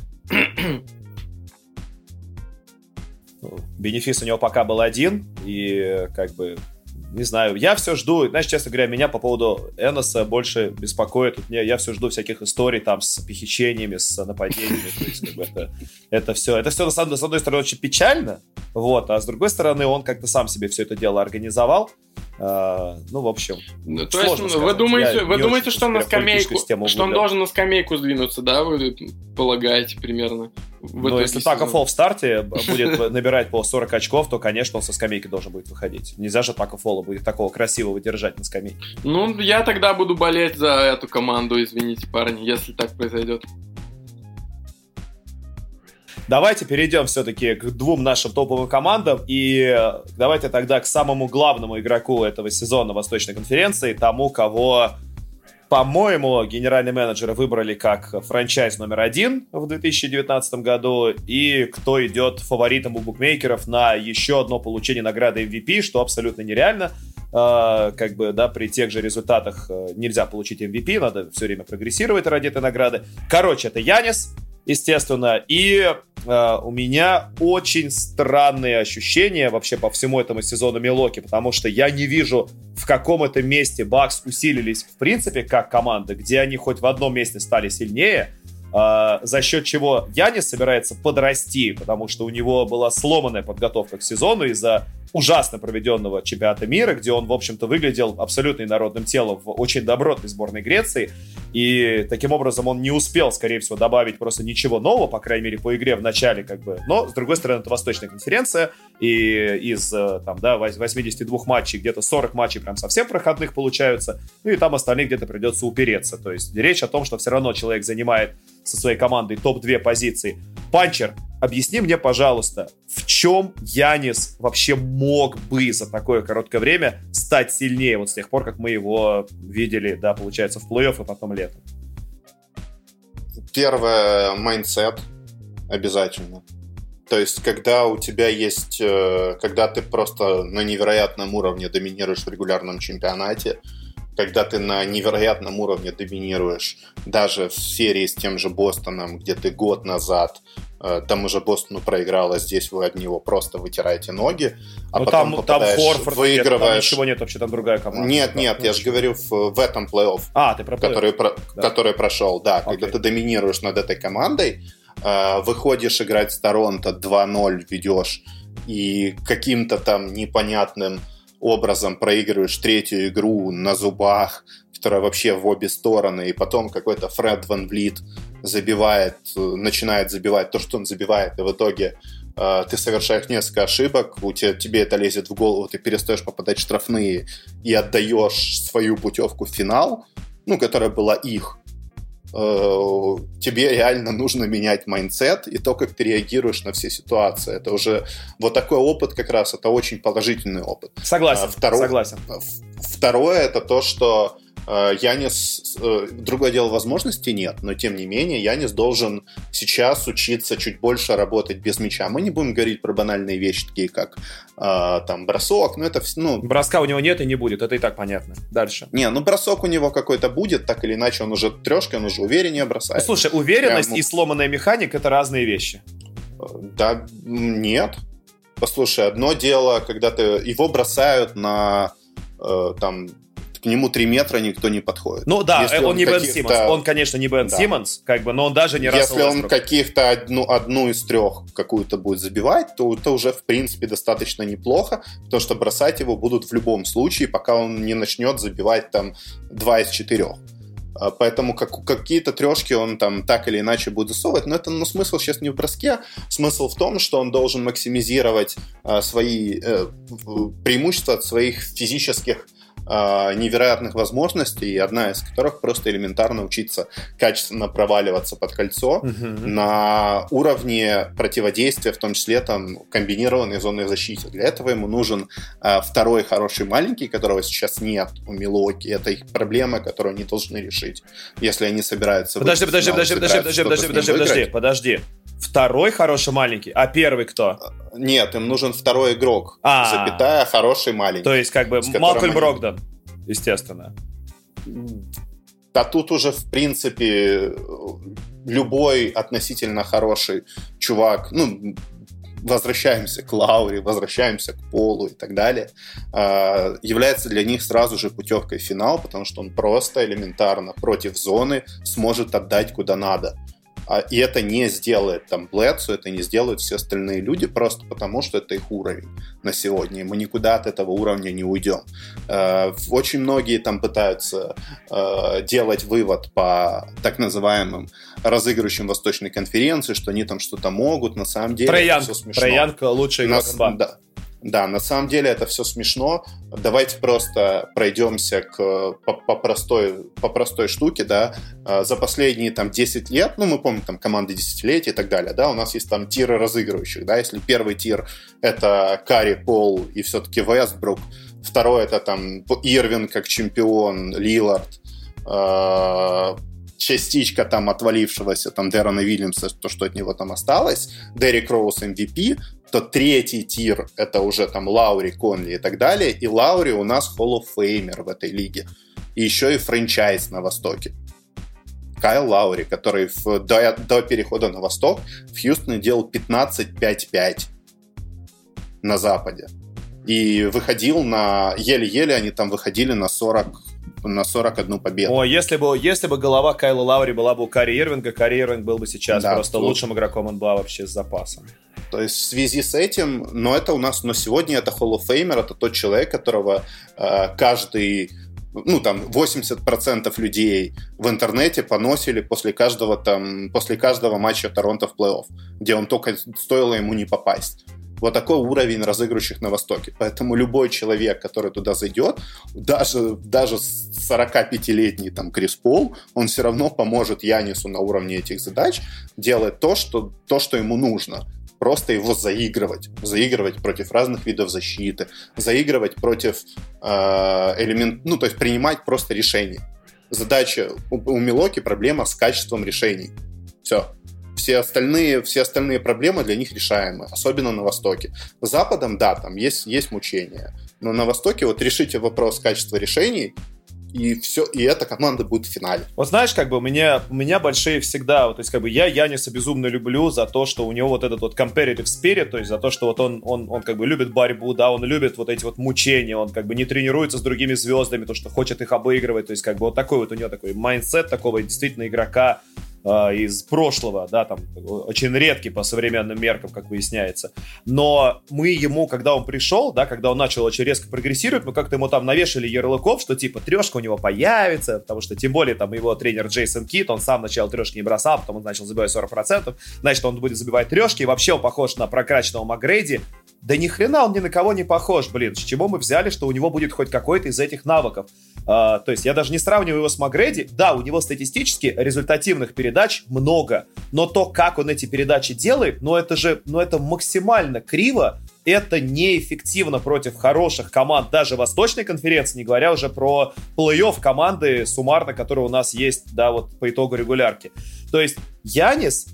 Бенефис у него пока был один, и как бы, не знаю, я все жду, знаешь, честно говоря, меня по поводу Эноса больше беспокоит, я все жду всяких историй там с похищениями, с нападениями, то есть как бы это все с одной стороны очень печально, вот, а с другой стороны он как-то сам себе все это дело организовал. В общем, то есть вы думаете, что на скамейку, что он должен на скамейку сдвинуться, да? Вы полагаете примерно? Если Тако Фолл в старте будет набирать по 40 очков, то, конечно, он со скамейки должен будет выходить. Нельзя же Тако Фолла будет такого красивого держать на скамейке. Я тогда буду болеть за эту команду, извините, парни, если так произойдет. Давайте перейдем все-таки к двум нашим топовым командам, и давайте тогда к самому главному игроку этого сезона Восточной конференции, тому, кого, по-моему, генеральные менеджеры выбрали как франчайз номер 1 в 2019 году, и кто идет фаворитом у букмекеров на еще одно получение награды MVP, что абсолютно нереально. При тех же результатах нельзя получить MVP, надо все время прогрессировать ради этой награды. Короче, это Янис, естественно, и у меня очень странные ощущения вообще по всему этому сезону Милуоки, потому что я не вижу, в каком это месте Бакс усилились в принципе как команда, где они хоть в одном месте стали сильнее, за счет чего Янис собирается подрасти, потому что у него была сломанная подготовка к сезону из-за ужасно проведенного чемпионата мира, где он, в общем-то, выглядел абсолютно инородным телом в очень добротной сборной Греции, и таким образом он не успел, скорее всего, добавить просто ничего нового, по крайней мере, по игре в начале, как бы. Но, с другой стороны, это Восточная конференция, и из 82 матчей где-то 40 матчей прям совсем проходных получаются, и там остальных где-то придется упереться. То есть речь о том, что все равно человек занимает со своей командой топ-2 позиции. Панчер, объясни мне, пожалуйста, в чем Янис вообще мог бы за такое короткое время стать сильнее, вот с тех пор, как мы его видели, да, получается, в плей-офф и потом летом? Первое, майндсет обязательно. То есть, когда у тебя есть, когда ты просто на невероятном уровне доминируешь в регулярном чемпионате, когда ты на невероятном уровне доминируешь даже в серии с тем же Бостоном, где ты год назад там уже Бостону проиграл, а здесь вы от него просто вытираете ноги, а потом попадаешь, Хорфорд, выигрываешь... Там ничего нет, вообще там другая команда. Нет, я же говорю в этом плей-офф, ты про который прошел, да, когда ты доминируешь над этой командой, выходишь играть с Торонто, 2-0 ведешь, и каким-то там непонятным образом проигрываешь третью игру на зубах, которая вообще в обе стороны, и потом какой-то Фред Ван Влит начинает забивать то, что он забивает, и в итоге ты совершаешь несколько ошибок, тебе это лезет в голову, ты перестаешь попадать в штрафные и отдаешь свою путевку в финал, которая была их, тебе реально нужно менять майндсет и то, как ты реагируешь на все ситуации. Это уже вот такой опыт как раз, это очень положительный опыт. Согласен, согласен. Второе, это то, что Янис, другое дело, возможностей нет, но тем не менее Янис должен сейчас учиться чуть больше работать без мяча. Мы не будем говорить про банальные вещи, такие как бросок, но это все... Броска у него нет и не будет, это и так понятно. Дальше. Бросок у него какой-то будет, так или иначе он уже трешка, он уже увереннее бросает. Слушай, уверенность и сломанная механика — это разные вещи. Да, нет. Послушай, одно дело, когда его бросают на к нему 3 метра никто не подходит. Он не Бен Симмонс. Он, конечно, не Бен Симмонс, но он даже не Рассел Уэстбрук. Если он каких-то одну из 3 какую-то будет забивать, то это уже, в принципе, достаточно неплохо, потому что бросать его будут в любом случае, пока он не начнет забивать 2 из 4. Поэтому какие-то трешки он так или иначе будет засовывать, но смысл сейчас не в броске, смысл в том, что он должен максимизировать свои преимущества от своих физических невероятных возможностей, одна из которых просто элементарно учиться качественно проваливаться под кольцо на уровне противодействия, в том числе комбинированной зонной защиты. Для этого ему нужен второй хороший маленький, которого сейчас нет у Милуоки. Это их проблема, которую они должны решить, если они собираются... Подожди. Второй хороший маленький, а первый кто? Нет, им нужен второй игрок, хороший маленький. То есть Малкольм Брогдон, естественно. Да тут уже, в принципе, любой относительно хороший чувак, возвращаемся к Лаури, возвращаемся к Полу и так далее, является для них сразу же путевкой в финал, потому что он просто элементарно против зоны сможет отдать куда надо. И это не сделает Блэдсу, это не сделают все остальные люди, просто потому, что это их уровень на сегодня. И мы никуда от этого уровня не уйдем. Очень многие пытаются делать вывод по так называемым разыгрывающим Восточной конференции, что они что-то могут. На самом деле это все смешно. Трей Янг лучший игрок НБА. Да, на самом деле это все смешно. Давайте просто пройдемся по простой штуке, да. За последние 10 лет, мы помним команды десятилетия и так далее, да, у нас есть тиры разыгрывающих, да, если первый тир это Карри, Пол и все-таки Вестбрук, второй это Ирвин как чемпион, Лиллард, частичка отвалившегося Дерона Вильямса, то, что от него осталось, Деррик Роуз MVP, то третий тир это уже Лаури, Конли и так далее, и Лаури у нас Hall of Famer в этой лиге, и еще и франчайз на Востоке. Кайл Лаури, который до перехода на Восток в Хьюстоне делал 15-5-5 на Западе, и выходил еле-еле они выходили на 41 победу. Если бы голова Кайла Лаури была бы у Карри Ирвинга, Карри Ирвинг был бы сейчас просто лучшим игроком НБА вообще с запасом. То есть в связи с этим, это у нас, сегодня это Hall of Famer, это тот человек, которого каждый, 80% людей в интернете поносили после каждого матча Торонто в плей-офф, где он только стоило ему не попасть. Вот такой уровень разыгрывающих на Востоке. Поэтому любой человек, который туда зайдет, даже 45-летний Крис Пол, он все равно поможет Янису на уровне этих задач делать то, что ему нужно. Просто его заигрывать против разных видов защиты, заигрывать против то есть принимать просто решения. Задача у Милуоки проблема с качеством решений. Все. Все остальные проблемы для них решаемы, особенно на Востоке. С Западом, да, есть мучения. Но на Востоке решите вопрос качества решений, и все, и эта команда будет в финале. Знаешь, у меня большие всегда, я Яниса безумно люблю за то, что у него этот competitive spirit, то есть за то, что он любит борьбу, да, он любит эти мучения, он не тренируется с другими звездами, то, что хочет их обыгрывать, то есть такой у него такой майндсет такого действительно игрока, из прошлого, да, там, очень редкий по современным меркам, как выясняется. Но мы ему, когда он пришел, да, когда он начал очень резко прогрессировать, мы как-то ему там навешали ярлыков, что типа трешка у него появится, потому что тем более там его тренер Джейсон Кит, он сам начал трешки не бросал, потом он начал забивать 40%, значит, он будет забивать трешки, и вообще он похож на прокачанного Макгрейди. Да ни хрена он ни на кого не похож, блин. С чего мы взяли, что у него будет хоть какой-то из этих навыков? То есть я даже не сравниваю его с Макгрейди. Да, у него статистически результативных передач много, но то, как он эти передачи делает, это максимально криво. Это неэффективно против хороших команд даже Восточной конференции, не говоря уже про плей-офф команды суммарно, которые у нас есть, да, вот по итогу регулярки. То есть Янис,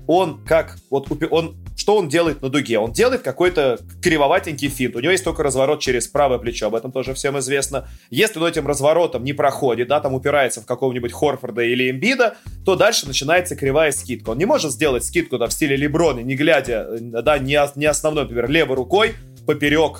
что он делает на дуге? Он делает какой-то кривоватенький финт. У него есть только разворот через правое плечо, об этом тоже всем известно. Если он этим разворотом не проходит, да, там упирается в какого-нибудь Хорфорда или Эмбида, то дальше начинается кривая скидка. Он не может сделать скидку в стиле Леброна, не глядя, да, не основной, например, левой рукой поперек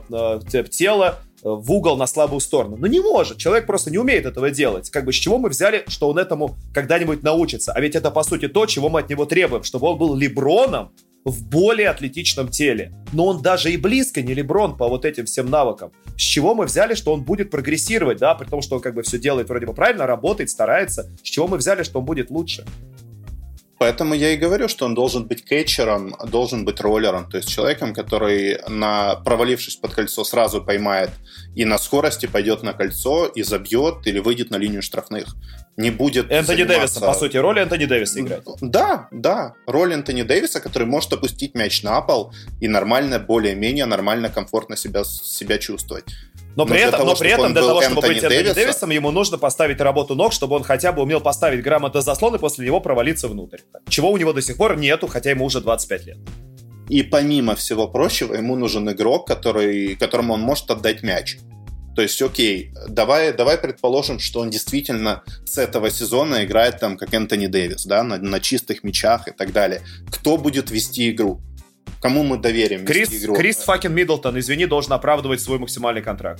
тела в угол на слабую сторону. Но не может. Человек просто не умеет этого делать. Как бы с чего мы взяли, что он этому когда-нибудь научится? А ведь это, по сути, то, чего мы от него требуем. Чтобы он был Леброном в более атлетичном теле. Но он даже и близко не Леброн по вот этим всем навыкам. С чего мы взяли, что он будет прогрессировать, да, при том, что он как бы все делает вроде бы правильно, работает, старается. С чего мы взяли, что он будет лучше? Поэтому я и говорю, что он должен быть кетчером, должен быть роллером, то есть человеком, который, провалившись под кольцо, сразу поймает и на скорости пойдет на кольцо и забьет или выйдет на линию штрафных. Не будет Энтони Дэвиса, по сути, роль Энтони Дэвиса играть. Да, роль Энтони Дэвиса, который может опустить мяч на пол и нормально, более-менее нормально, комфортно себя чувствовать. Но при этом для того, чтобы быть Энтони Дэвисом, ему нужно поставить работу ног, чтобы он хотя бы умел поставить грамотно заслон и после него провалиться внутрь. Чего у него до сих пор нету, хотя ему уже 25 лет. И помимо всего прочего, ему нужен игрок, которому он может отдать мяч. То есть, окей, давай предположим, что он действительно с этого сезона играет там как Энтони Дэвис, да, на чистых мячах и так далее. Кто будет вести игру? Кому мы доверим вести игру? Крис факин Миддлтон, извини, должен оправдывать свой максимальный контракт.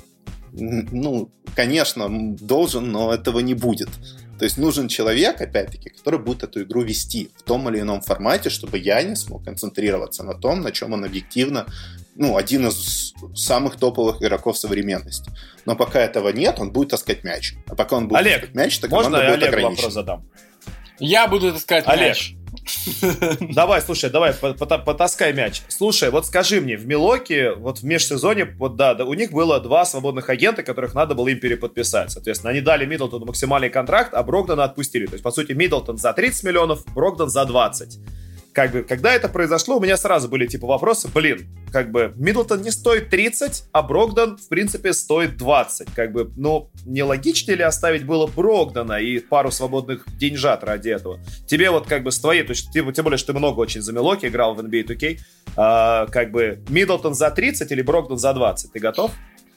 Ну, конечно, должен, но этого не будет. То есть нужен человек, опять-таки, который будет эту игру вести в том или ином формате, чтобы Янис смог концентрироваться на том, на чем он объективно, один из самых топовых игроков современности. Но пока этого нет, он будет таскать мяч. А пока он будет таскать мяч, то команда будет ограничена. Олег вопрос задам? Я буду таскать мяч. Давай, потаскай мяч. Слушай, вот скажи мне, в Милуоки, вот в межсезонье, у них было 2 свободных агента, которых надо было им переподписать. Соответственно, они дали Миддлтону максимальный контракт, а Брогдона отпустили. То есть, по сути, Миддлтон за 30 миллионов, Брогдон за 20. Когда это произошло, у меня сразу были вопросы. Миддлтон не стоит 30, а Брогдон, в принципе, стоит 20. Не логичнее ли оставить было Брогдона и пару свободных деньжат ради этого? Тебе с твоей, то есть, тем более, что ты много очень за Милуоки играл в NBA 2K, Миддлтон за 30 или Брогдон за 20? Ты готов?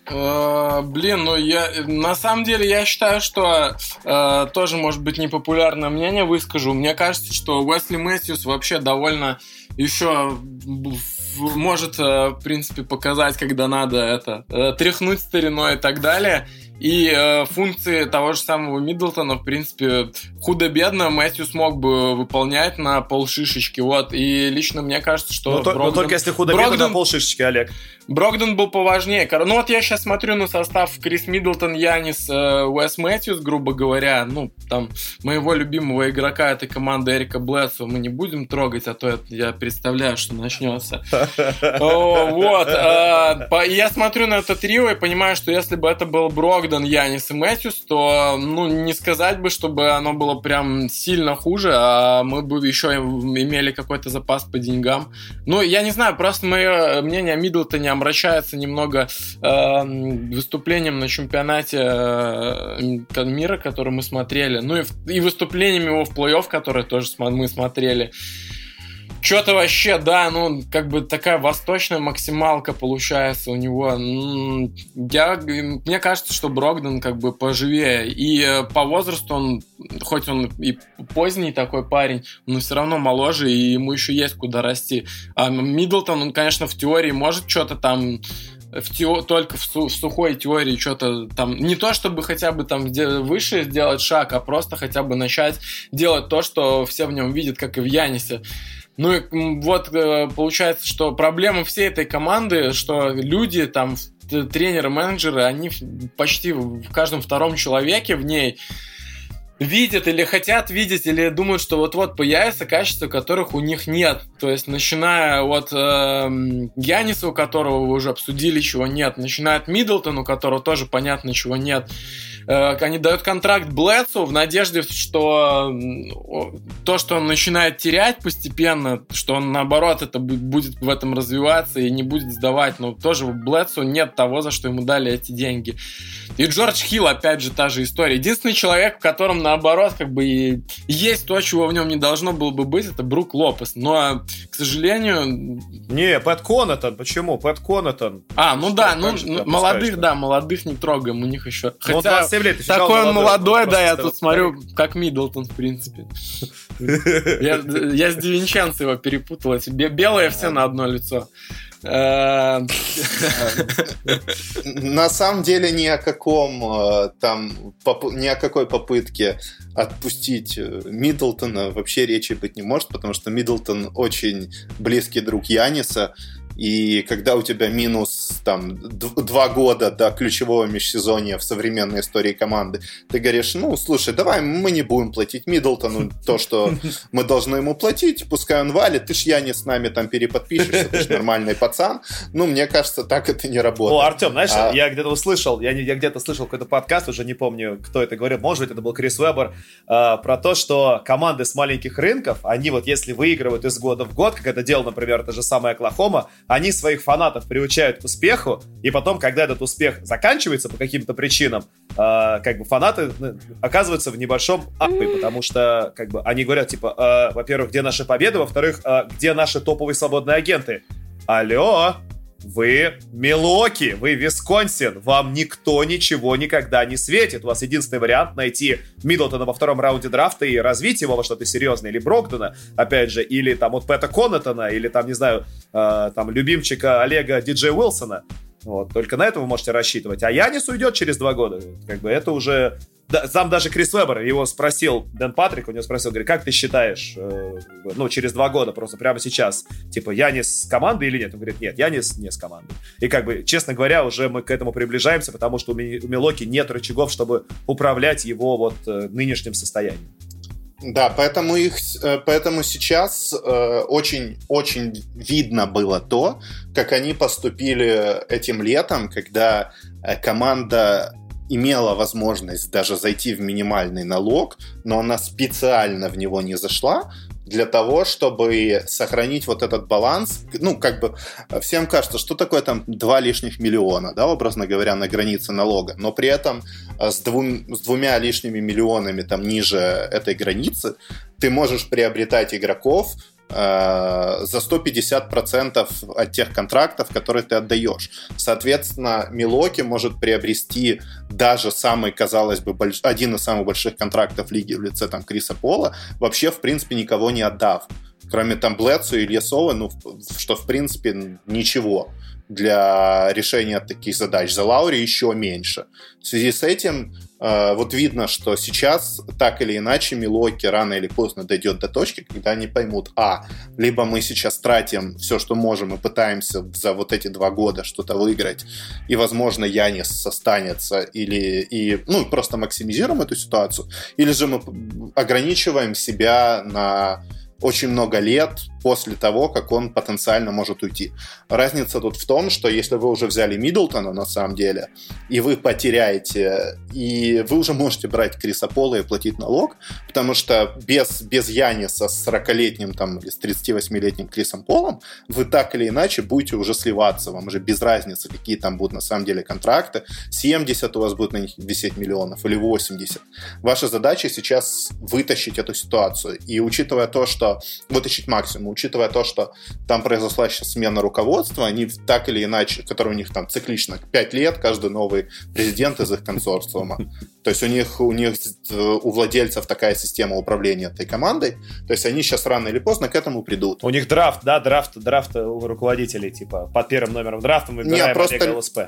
На самом деле я считаю, что тоже, может быть, непопулярное мнение выскажу. Мне кажется, что Уэсли Мэтьюс вообще довольно еще может, в принципе, показать, когда надо тряхнуть стариной и так далее. И функции того же самого Миддлтона, в принципе, худо-бедно Мэтьюс мог бы выполнять на полшишечки. Вот. И лично мне кажется, что но только если худо-бедно на полшишечки, Олег. Брогдон был поважнее. Я сейчас смотрю на состав: Крис Миддлтон, Янис, Уэс Мэтьюс, грубо говоря. Там моего любимого игрока этой команды Эрика Блэдсо мы не будем трогать, а то я представляю, что начнется. Вот. Я смотрю на это трио и понимаю, что если бы это был Брогдон, Янис и Мэтьюс, то не сказать бы, чтобы оно было прям сильно хуже, а мы бы еще имели какой-то запас по деньгам. Я не знаю, просто мое мнение о Миддлтоне омрачается немного выступлением на чемпионате мира, который мы смотрели, и выступлениями его в плей-офф, которые тоже мы смотрели. Что-то вообще, да, такая восточная максималка получается у него. Мне кажется, что Брогдон поживее. И по возрасту он, хоть он и поздний такой парень, но все равно моложе, и ему еще есть куда расти. А Миддлтон, он, конечно, в теории может что-то там только в сухой теории что-то там, не то чтобы хотя бы там выше сделать шаг, а просто хотя бы начать делать то, что все в нем видят, как и в Янисе. Ну и вот получается, что проблема всей этой команды, что люди там, тренеры, менеджеры, они почти в каждом втором человеке в ней видят или хотят видеть, или думают, что вот-вот появится качество, которых у них нет. То есть, начиная от Яниса, у которого вы уже обсудили, чего нет, начиная от Миддлтона, у которого тоже понятно, чего нет. Они дают контракт Блэдсу в надежде, что то, что он начинает терять постепенно, что он, наоборот, это будет в этом развиваться и не будет сдавать. Но тоже в Блэдсу нет того, за что ему дали эти деньги. И Джордж Хилл, опять же, та же история. Единственный человек, в котором, наоборот, как бы и есть то, чего в нем не должно было бы быть, это Брук Лопес. Но, к сожалению... Не, Пэт Конатон. Почему? Пэт Конатон. Ну да, молодых не трогаем, у них еще... Хотя... Лет, такой он молодой, да, я тут смотрю, как Миддлтон, в принципе. Я с Ди Винченцо его перепутал, эти белые все на одно лицо. На самом деле ни о какой попытке отпустить Миддлтона вообще речи быть не может, потому что Миддлтон очень близкий друг Яниса. И когда у тебя минус 2 года до ключевого межсезонья в современной истории команды, ты говоришь, слушай, давай мы не будем платить Миддлтону то, что мы должны ему платить, пускай он валит, ты ж Янис с нами там переподпишешься, ты ж нормальный пацан. Мне кажется, так это не работает. Артем, знаешь, я где-то услышал, я где-то слышал какой-то подкаст, уже не помню, кто это говорил, может быть, это был Крис Вебер, про то, что команды с маленьких рынков, они вот если выигрывают из года в год, как это делал, например, та же самая Оклахома, они своих фанатов приучают к успеху, и потом, когда этот успех заканчивается по каким-то причинам, как бы фанаты оказываются в небольшом апе, потому что как бы они говорят, типа, во-первых, где наши победы, во-вторых, где наши топовые свободные агенты? Алло, вы Милуоки, вы Висконсин, вам никто ничего никогда не светит. У вас единственный вариант найти Миддлтона во втором раунде драфта и развить его во что-то серьезное, или Брогдона, опять же, или там от Пэта Конатона, или там, не знаю, там любимчика Олега Диджея Уилсона. Вот, только на это вы можете рассчитывать. А Янис уйдет через 2 года. Как бы это уже... Да, сам даже Крис Вебер, его спросил, Дэн Патрик, у него спросил, говорит, как ты считаешь, через 2 года, просто прямо сейчас, типа, Янис с командой или нет? Он говорит, нет, Янис не с командой. И как бы, честно говоря, уже мы к этому приближаемся, потому что у Милуоки нет рычагов, чтобы управлять его вот нынешним состоянием. Да, поэтому сейчас очень видно было то, как они поступили этим летом, когда команда имела возможность даже зайти в минимальный налог, но она специально в него не зашла, для того, чтобы сохранить вот этот баланс. Всем кажется, что такое там 2 лишних миллиона, да, образно говоря, на границе налога, но при этом с 2 лишними миллионами там ниже этой границы ты можешь приобретать игроков за 150% от тех контрактов, которые ты отдаешь. Соответственно, Милуоки может приобрести даже самый, казалось бы, один из самых больших контрактов лиги в лице там Криса Пола, вообще, в принципе, никого не отдав. Кроме там Блэдсу и Ильясова, что, в принципе, ничего для решения таких задач. За Лаури еще меньше. В связи с этим вот видно, что сейчас так или иначе Милуоки рано или поздно дойдет до точки, когда они поймут, либо мы сейчас тратим все, что можем, и пытаемся за вот эти 2 года что-то выиграть, и, возможно, Янис останется, и просто максимизируем эту ситуацию, или же мы ограничиваем себя на очень много лет после того, как он потенциально может уйти. Разница тут в том, что если вы уже взяли Миддлтона на самом деле, и вы потеряете, и вы уже можете брать Криса Пола и платить налог, потому что без Яниса с 40-летним там, или с 38-летним Крисом Полом вы так или иначе будете уже сливаться. Вам уже без разницы, какие там будут на самом деле контракты. 70 у вас будет на них висеть миллионов или 80. Ваша задача сейчас вытащить эту ситуацию. И учитывая то, что вытащить максимум, учитывая то, что там произошла сейчас смена руководства, они так или иначе, который у них там циклично 5 лет, каждый новый президент из их консорциума. То есть у владельцев такая система управления этой командой, то есть они сейчас рано или поздно к этому придут. У них драфт у руководителей, типа, под первым номером драфта мы выбираем Олега ЛСП.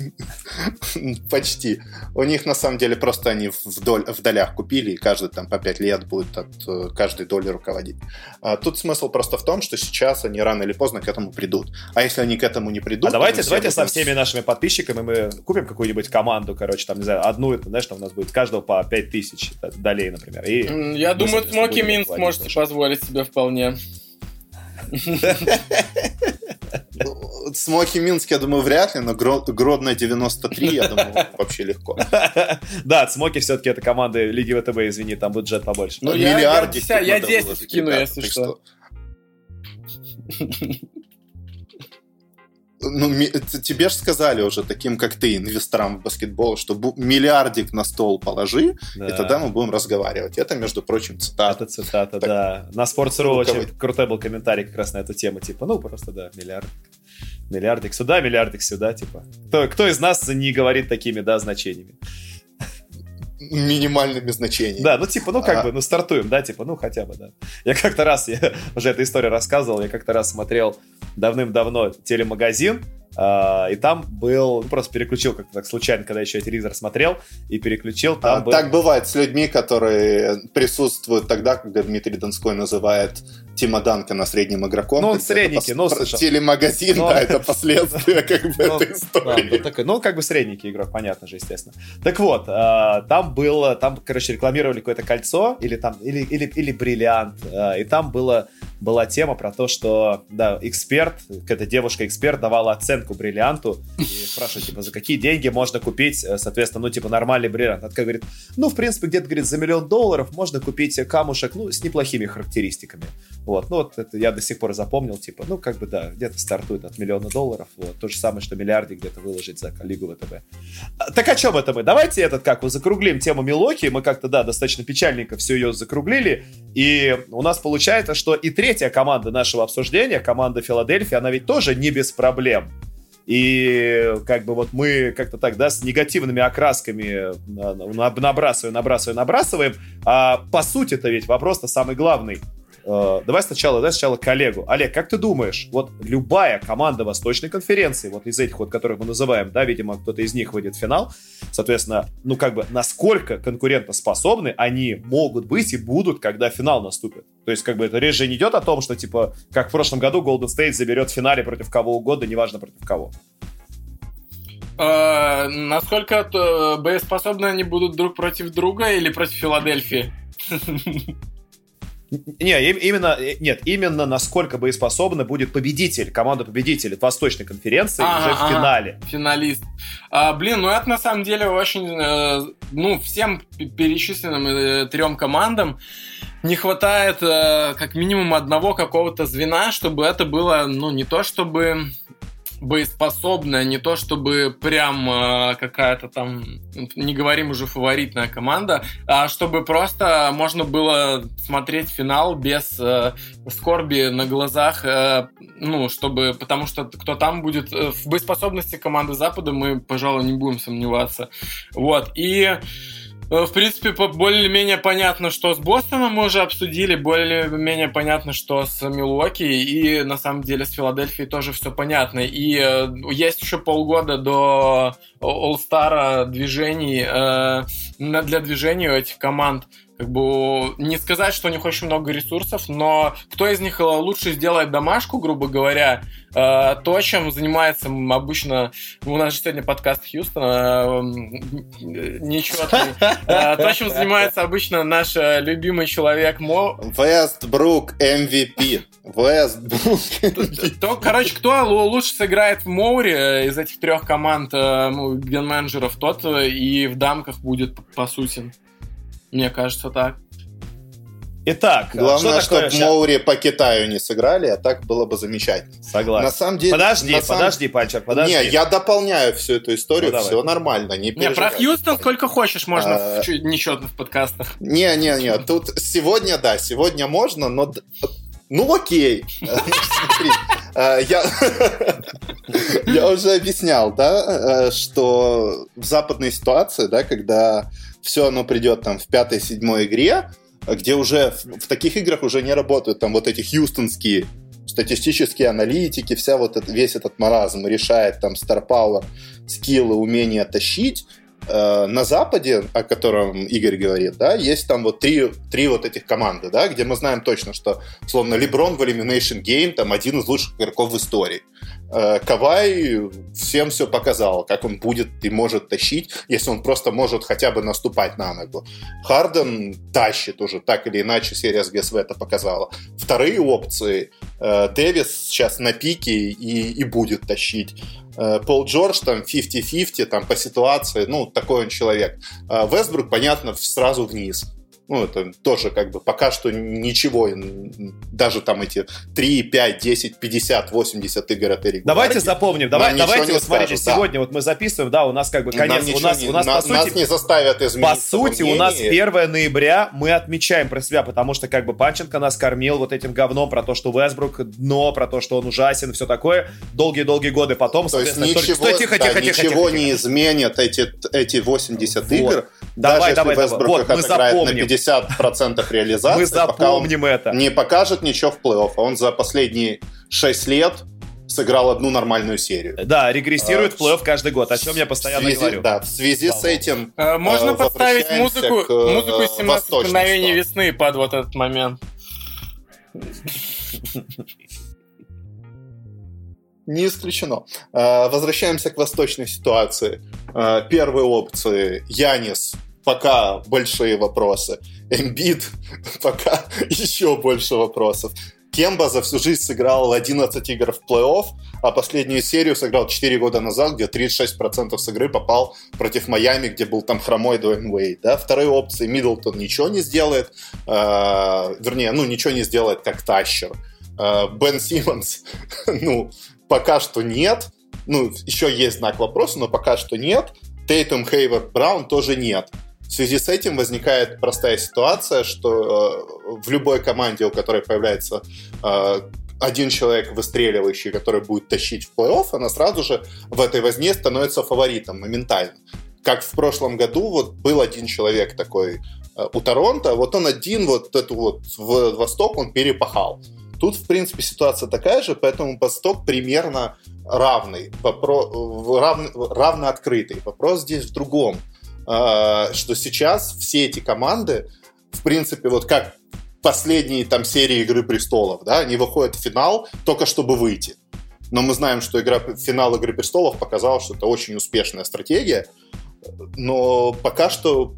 Почти. У них, на самом деле, просто они в долях купили, и каждый там по 5 лет будет от каждой доли руководить. Тут смысл просто в том, что сейчас они рано или поздно к этому придут. А если они к этому не придут... Давайте со всеми нашими подписчиками мы купим какую-нибудь команду, короче, там, не знаю, одну, знаешь, там у нас будет каждого по 5000 долей, например. И я думаю, Смоки Минск можете позволить себе вполне. Смоки Минск, я думаю, вряд ли, но Гродно 93, я думаю, вообще легко. Да, Смоки все-таки это команда Лиги ВТБ, извини, там бюджет побольше. Ну, миллиардик. Я 10 скину, если что. Ну, тебе же сказали уже, таким как ты, инвесторам в баскетбол, что миллиардик на стол положи, и тогда мы будем разговаривать. Это, между прочим, цитата. Это цитата, так, да. На Sports.ru очень крутой был комментарий как раз на эту тему. Типа, просто, да, миллиардик сюда, миллиардик сюда, типа. Кто из нас не говорит такими, да, значениями? Минимальными значениями. Да, стартуем, да, хотя бы, да. Я как-то раз, я уже эту историю рассказывал, я как-то раз смотрел давным-давно телемагазин, и там был, просто переключил как-то так случайно, когда еще я телевизор смотрел, и переключил, там был... Так бывает с людьми, которые присутствуют тогда, когда Дмитрий Донской называет Тима Данкана средним игроком. Ну, средненький, слышал. Телемагазин, да, это последствия этой истории. Средненький игрок, понятно же, естественно. Так вот, там, короче, рекламировали какое-то кольцо, или бриллиант, и там была тема про то, что, да, какая-то девушка-эксперт давала оценку бриллианту и спрашивает, типа, за какие деньги можно купить, соответственно, нормальный бриллиант. Она говорит, в принципе, где-то, говорит, за $1 миллион можно купить камушек, с неплохими характеристиками. Вот, это я до сих пор запомнил, типа, да, где-то стартует от $1 миллиона, то же самое, что миллиардик где-то выложить за Лигу ВТБ. Так о чем это мы? Давайте закруглим тему Милуоки, мы как-то, да, достаточно печальненько все ее закруглили, и у нас получается, что и третья команда нашего обсуждения, команда Филадельфия, она ведь тоже не без проблем. И мы как-то так, да, с негативными окрасками набрасываем. А по сути-то ведь вопрос-то самый главный. Давай сначала коллегу. Олег, как ты думаешь, вот любая команда Восточной конференции, вот из этих которых мы называем, да, видимо, кто-то из них выйдет в финал, соответственно, насколько конкурентоспособны они могут быть и будут, когда финал наступит? То есть, это речь же не идет о том, что, типа, как в прошлом году Golden State заберет в финале против кого угодно, неважно против кого. Насколько боеспособны они будут друг против друга или против Филадельфии? Именно насколько боеспособна будет команда победителя Восточной конференции уже в финале. Финалист. Это на самом деле очень, всем перечисленным 3 командам не хватает как минимум одного какого-то звена, чтобы это было, не то чтобы боеспособная, не то чтобы прям какая-то там, не говорим уже фаворитная команда, а чтобы просто можно было смотреть финал без скорби на глазах, потому что кто там будет в боеспособности команды Запада, мы, пожалуй, не будем сомневаться. Вот, и в принципе, более-менее понятно, что с Бостоном мы уже обсудили, более-менее понятно, что с Милуоки, и на самом деле с Филадельфией тоже все понятно. И есть еще полгода до All-Star движений, для движения у этих команд. Не сказать, что у них очень много ресурсов, но кто из них лучше сделает домашку, грубо говоря, то, чем занимается обычно... У нас же сегодня подкаст Хьюстона, нечетный. То, чем занимается обычно наш любимый человек Вестбрук MVP. Кто лучше сыграет в Моуре из этих 3 команд ген-менеджеров, тот и в дамках будет посутен. Мне кажется, так. Итак, главное, чтобы Моури по Китаю не сыграли, а так было бы замечательно. Согласен. На самом деле... Подожди, Панчер, подожди. Не, я дополняю всю эту историю, все нормально, не переживай. Про Хьюстон сколько хочешь можно в нечетных подкастах. Не, тут сегодня можно, но Ну, окей. Смотри, я уже объяснял, да, что в западной ситуации, да, когда все оно придет там в 5-7 игре, где уже в таких играх уже не работают там вот эти хьюстонские статистические аналитики, весь этот маразм решает там Star Power, скиллы, умение тащить. На Западе, о котором Игорь говорит, да, есть там вот три вот этих команды, да, где мы знаем точно, что, словно, Леброн в Elimination Game там один из лучших игроков в истории. Кавай всем все показал, как он будет и может тащить, если он просто может хотя бы наступать на ногу. Харден тащит уже, так или иначе, серия с ГСВ это показала. Вторые опции, Дэвис сейчас на пике и будет тащить. Пол Джордж там 50-50, там по ситуации, ну, такой он человек. Вестбрук, понятно, сразу вниз. Ну, это тоже как бы пока что ничего, даже там эти 3, 5, 10, 50, 80 игр от Эрика. Давайте запомним, давайте вот смотрите, скажут, сегодня вот мы записываем, да, у нас как бы конец, нас не заставят измениться. По сути, у нас 1 ноября мы отмечаем про себя, потому что как бы Панченко нас кормил вот этим говном про то, что Вестбрук дно, про то, что он ужасен, все такое, долгие-долгие годы потом. То есть ничего не изменят эти 80 игр. Давай, вот, мы запомним. 50% реализации, мы запомним это. Не покажет ничего в плей-офф, а он за последние 6 лет сыграл одну нормальную серию. Да, регрессирует в плей-офф каждый год, о чем я постоянно говорю. Да, в связи с этим можно поставить музыку из 17 мгновений весны под вот этот момент. Не исключено. Возвращаемся к восточной ситуации. Первые опции. Янис. Пока большие вопросы. Эмбит, пока еще больше вопросов. Кемба за всю жизнь сыграл 11 игр в плей-офф, а последнюю серию сыграл 4 года назад, где 36% с игры попал против Майами, где был там хромой Дуэйн Уэйд. Да? Вторые опции. Миддлтон ничего не сделает. Ничего не сделает как тащер. Бен Симмонс, пока что нет. Еще есть знак вопроса, но пока что нет. Тейтум, Хейвард, Браун тоже нет. В связи с этим возникает простая ситуация, что в любой команде, у которой появляется один человек выстреливающий, который будет тащить в плей-офф, она сразу же в этой возне становится фаворитом моментально. Как в прошлом году вот был один человек такой у Торонто, вот он один в Восток он перепахал. Тут, в принципе, ситуация такая же, поэтому Восток примерно равный, равно открытый. Вопрос здесь в другом, что сейчас все эти команды, в принципе, вот как последние там серии «Игры престолов», да, они выходят в финал только чтобы выйти. Но мы знаем, что финал «Игры престолов» показал, что это очень успешная стратегия, но пока что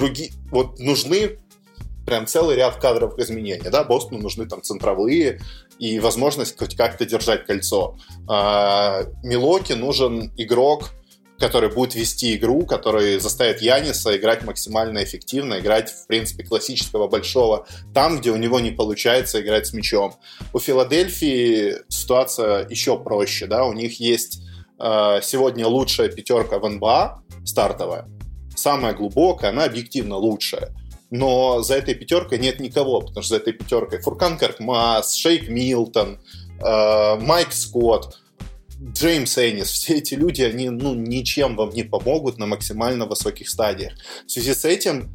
нужны прям целый ряд кадровых изменений. Да? Бостону нужны там центровые и возможность хоть как-то держать кольцо. Милоки нужен игрок, который будет вести игру, который заставит Яниса играть максимально эффективно, играть, в принципе, классического большого там, где у него не получается играть с мячом. У Филадельфии ситуация еще проще. Да? У них есть сегодня лучшая пятерка в НБА, стартовая, самая глубокая, она объективно лучшая. Но за этой пятеркой нет никого, потому что за этой пятеркой Фуркан Коркмаз, Шейк Милтон, Майк Скотт, Джеймс Эннис, все эти люди, они ничем вам не помогут на максимально высоких стадиях. В связи с этим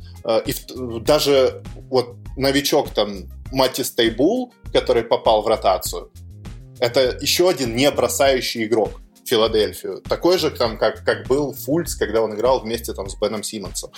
даже вот новичок там Матис Тейбул, который попал в ротацию, это еще один не бросающий игрок Филадельфию. Такой же, там, как был Фульц, когда он играл вместе там, с Беном Симмонсом.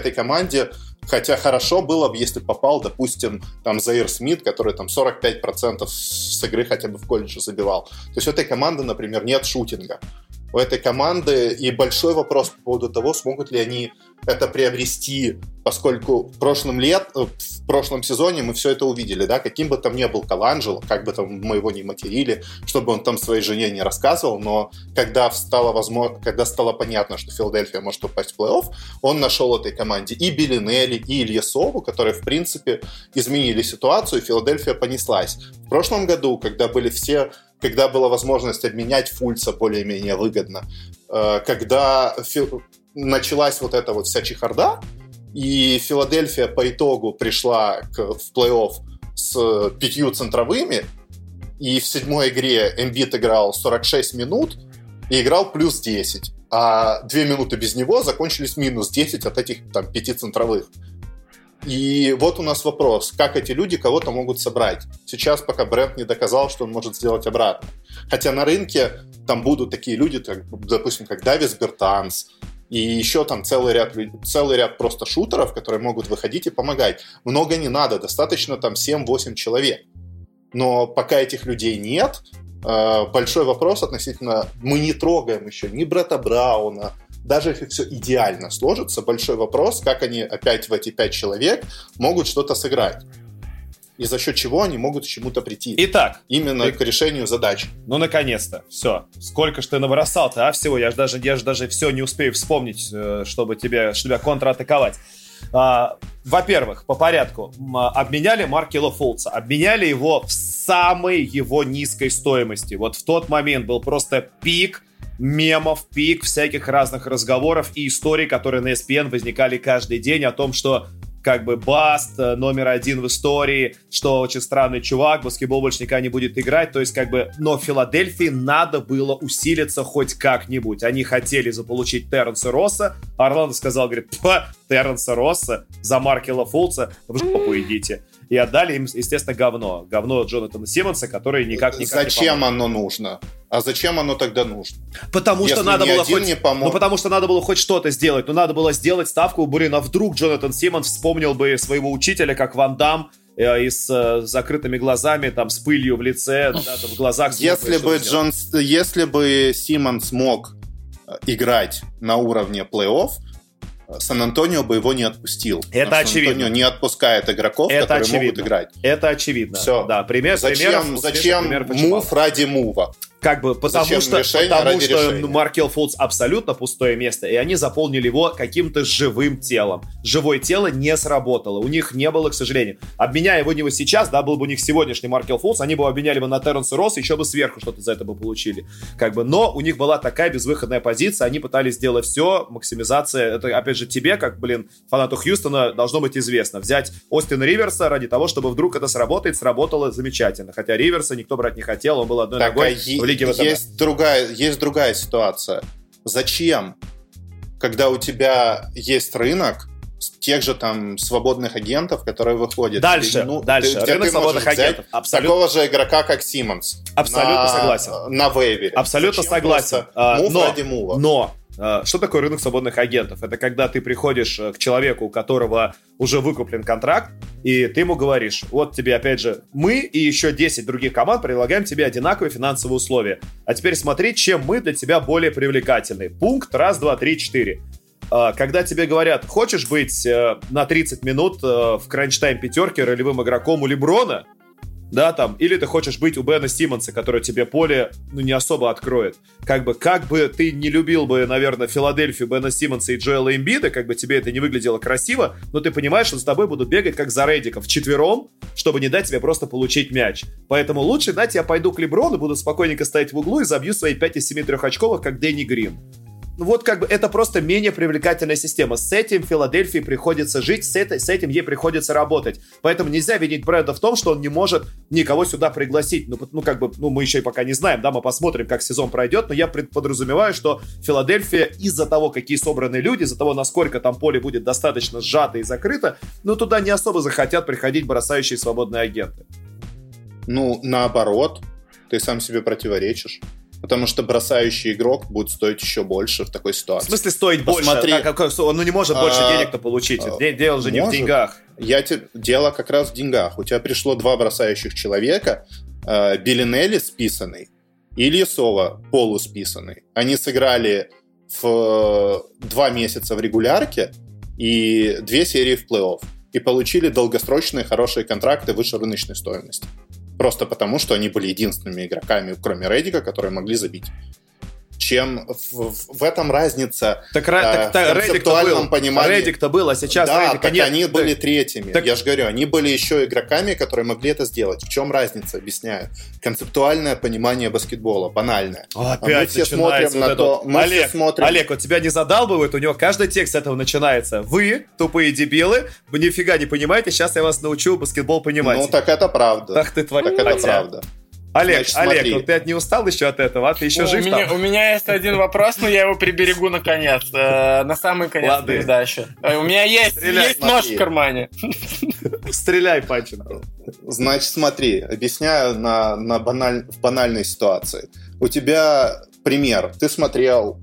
Хотя хорошо было бы, если попал, допустим, там Заир Смит, который там 45% с игры хотя бы в колледже забивал. То есть у этой команды, например, нет шутинга. У этой команды и большой вопрос по поводу того, смогут ли они это приобрести, поскольку в прошлом сезоне мы все это увидели, да, каким бы там ни был Коланджело, как бы там мы его ни материли, чтобы он там своей жене не рассказывал, но когда стало понятно, что Филадельфия может попасть в плей-офф, он нашел этой команде и Беллинелли, и Ильясову, которые, в принципе, изменили ситуацию, и Филадельфия понеслась. В прошлом году, когда была возможность обменять Фульца более-менее выгодно, когда началась вот эта вот вся чехарда, и Филадельфия по итогу пришла в плей-офф с 5 центровыми, и в 7-й игре Эмбит играл 46 минут и играл плюс 10, а 2 минуты без него закончились минус 10 от этих там 5 центровых. И вот у нас вопрос, как эти люди кого-то могут собрать. Сейчас пока бренд не доказал, что он может сделать обратно. Хотя на рынке там будут такие люди, допустим, как Давис Бертанс, и еще там целый ряд просто шутеров, которые могут выходить и помогать. Много не надо, достаточно там 7-8 человек. Но пока этих людей нет, большой вопрос относительно... Мы не трогаем еще ни Бретта Брауна, даже если все идеально сложится, большой вопрос, как они опять в эти 5 человек могут что-то сыграть. И за счет чего они могут к чему-то прийти. Итак. Именно к решению задач. Ну, наконец-то. Все. Сколько ж ты набросал-то, всего? Я же даже все не успею вспомнить, чтобы тебя контратаковать. Во-первых, по порядку. Обменяли Маркело Фулца. Обменяли его в самой его низкой стоимости. Вот в тот момент был просто пик мемов, пик всяких разных разговоров и историй, которые на ESPN возникали каждый день о том, что как бы Баст номер 1 в истории, что очень странный чувак, баскетбол больше никогда не будет играть, то есть как бы, но Филадельфии надо было усилиться хоть как-нибудь. Они хотели заполучить Терренса Росса, Орландо сказал, говорит, Терренса Росса за Маркело Фулца, в жопу идите. И отдали им, естественно, говно. Говно Джонатана Симмонса, который никак зачем оно нужно? А зачем оно тогда нужно? Потому что надо было потому что надо было хоть что-то сделать. Но надо было сделать ставку, блин, а вдруг Джонатан Симмонс вспомнил бы своего учителя, как Ван Дам, и с закрытыми глазами, там, с пылью в лице, да, в глазах. Если бы Симмонс мог играть на уровне плей-офф, Сан-Антонио бы его не отпустил. Это очевидно. Сан-Антонио не отпускает игроков, которые могут играть. Это очевидно. Все. Да, Зачем мув ради мува? Как бы, потому что Маркел Фулц абсолютно пустое место, и они заполнили его каким-то живым телом. Живое тело не сработало, у них не было, к сожалению. Обменяя его сейчас, да, был бы у них сегодняшний Маркел Фулц, они бы обменяли бы на Терренса Росса, еще бы сверху что-то за это бы получили. Как бы, но у них была такая безвыходная позиция, они пытались сделать все, максимизация, это, опять же, тебе, как, фанату Хьюстона, должно быть известно. Взять Остина Риверса ради того, чтобы вдруг это сработало замечательно. Хотя Риверса никто брать не хотел, он был одной ногой в Лиге ВТБ. Есть другая ситуация. Зачем, когда у тебя есть рынок, тех же там свободных агентов, которые выходят. Дальше. Рынок свободных агентов. Абсолютно. Такого же игрока, как Симмонс. Абсолютно согласен. На вейвере. Абсолютно согласен. Мув ради мува. Но что такое рынок свободных агентов? Это когда ты приходишь к человеку, у которого уже выкуплен контракт, и ты ему говоришь, вот тебе, опять же, мы и еще 10 других команд предлагаем тебе одинаковые финансовые условия. А теперь смотри, чем мы для тебя более привлекательны. Пункт 1, 2, 3, 4. Когда тебе говорят, хочешь быть на 30 минут в кранч-тайм пятерке ролевым игроком у Леброна, да, там, или ты хочешь быть у Бена Симмонса, который тебе поле, не особо откроет. Как бы ты не любил бы, наверное, Филадельфию, Бена Симмонса и Джоэла Эмбида, как бы тебе это не выглядело красиво, но ты понимаешь, что с тобой будут бегать как за Реддика вчетвером, чтобы не дать тебе просто получить мяч. Поэтому лучше, знаете, я пойду к Леброну, буду спокойненько стоять в углу и забью свои 5 из 7 трехочковых, как Дэнни Грин. Вот как бы это просто менее привлекательная система. С этим Филадельфии приходится жить, с этим ей приходится работать. Поэтому нельзя винить бренда в том, что он не может никого сюда пригласить. Мы еще и пока не знаем, да, мы посмотрим, как сезон пройдет, но я подразумеваю, что Филадельфия из-за того, какие собраны люди, из-за того, насколько там поле будет достаточно сжато и закрыто, туда не особо захотят приходить бросающие свободные агенты. Наоборот, ты сам себе противоречишь. Потому что бросающий игрок будет стоить еще больше в такой ситуации. В смысле стоить больше? Он не может больше денег-то получить. Дело же не в деньгах. Дело как раз в деньгах. У тебя пришло 2 бросающих человека. Беллинелли списанный и Ильясова полусписанный. Они сыграли в 2 месяца в регулярке и 2 серии в плей-офф. И получили долгосрочные хорошие контракты выше рыночной стоимости. Просто потому, что они были единственными игроками, кроме Реддика, которые могли забить. чем в этом разница. В концептуальном понимании. Редик-то был, а сейчас они были третьими. Я же говорю, они были еще игроками, которые могли это сделать. В чем разница? Объясняю. Концептуальное понимание баскетбола, банальное. Опять мы все смотрим на то... Олег, вот тебя не задалбывает, у него каждый текст с этого начинается. Вы, тупые дебилы, вы нифига не понимаете, сейчас я вас научу баскетбол понимать. Ну, так это правда. Ах ты твоя. Так это правда. Олег, вот ты не устал еще от этого? Ты еще жив там? У меня есть один вопрос, но я его приберегу на конец. На самый конец передачи. У меня есть нож в кармане. Стреляй, Панченко. Значит, смотри, объясняю в банальной ситуации. У тебя пример. Ты смотрел,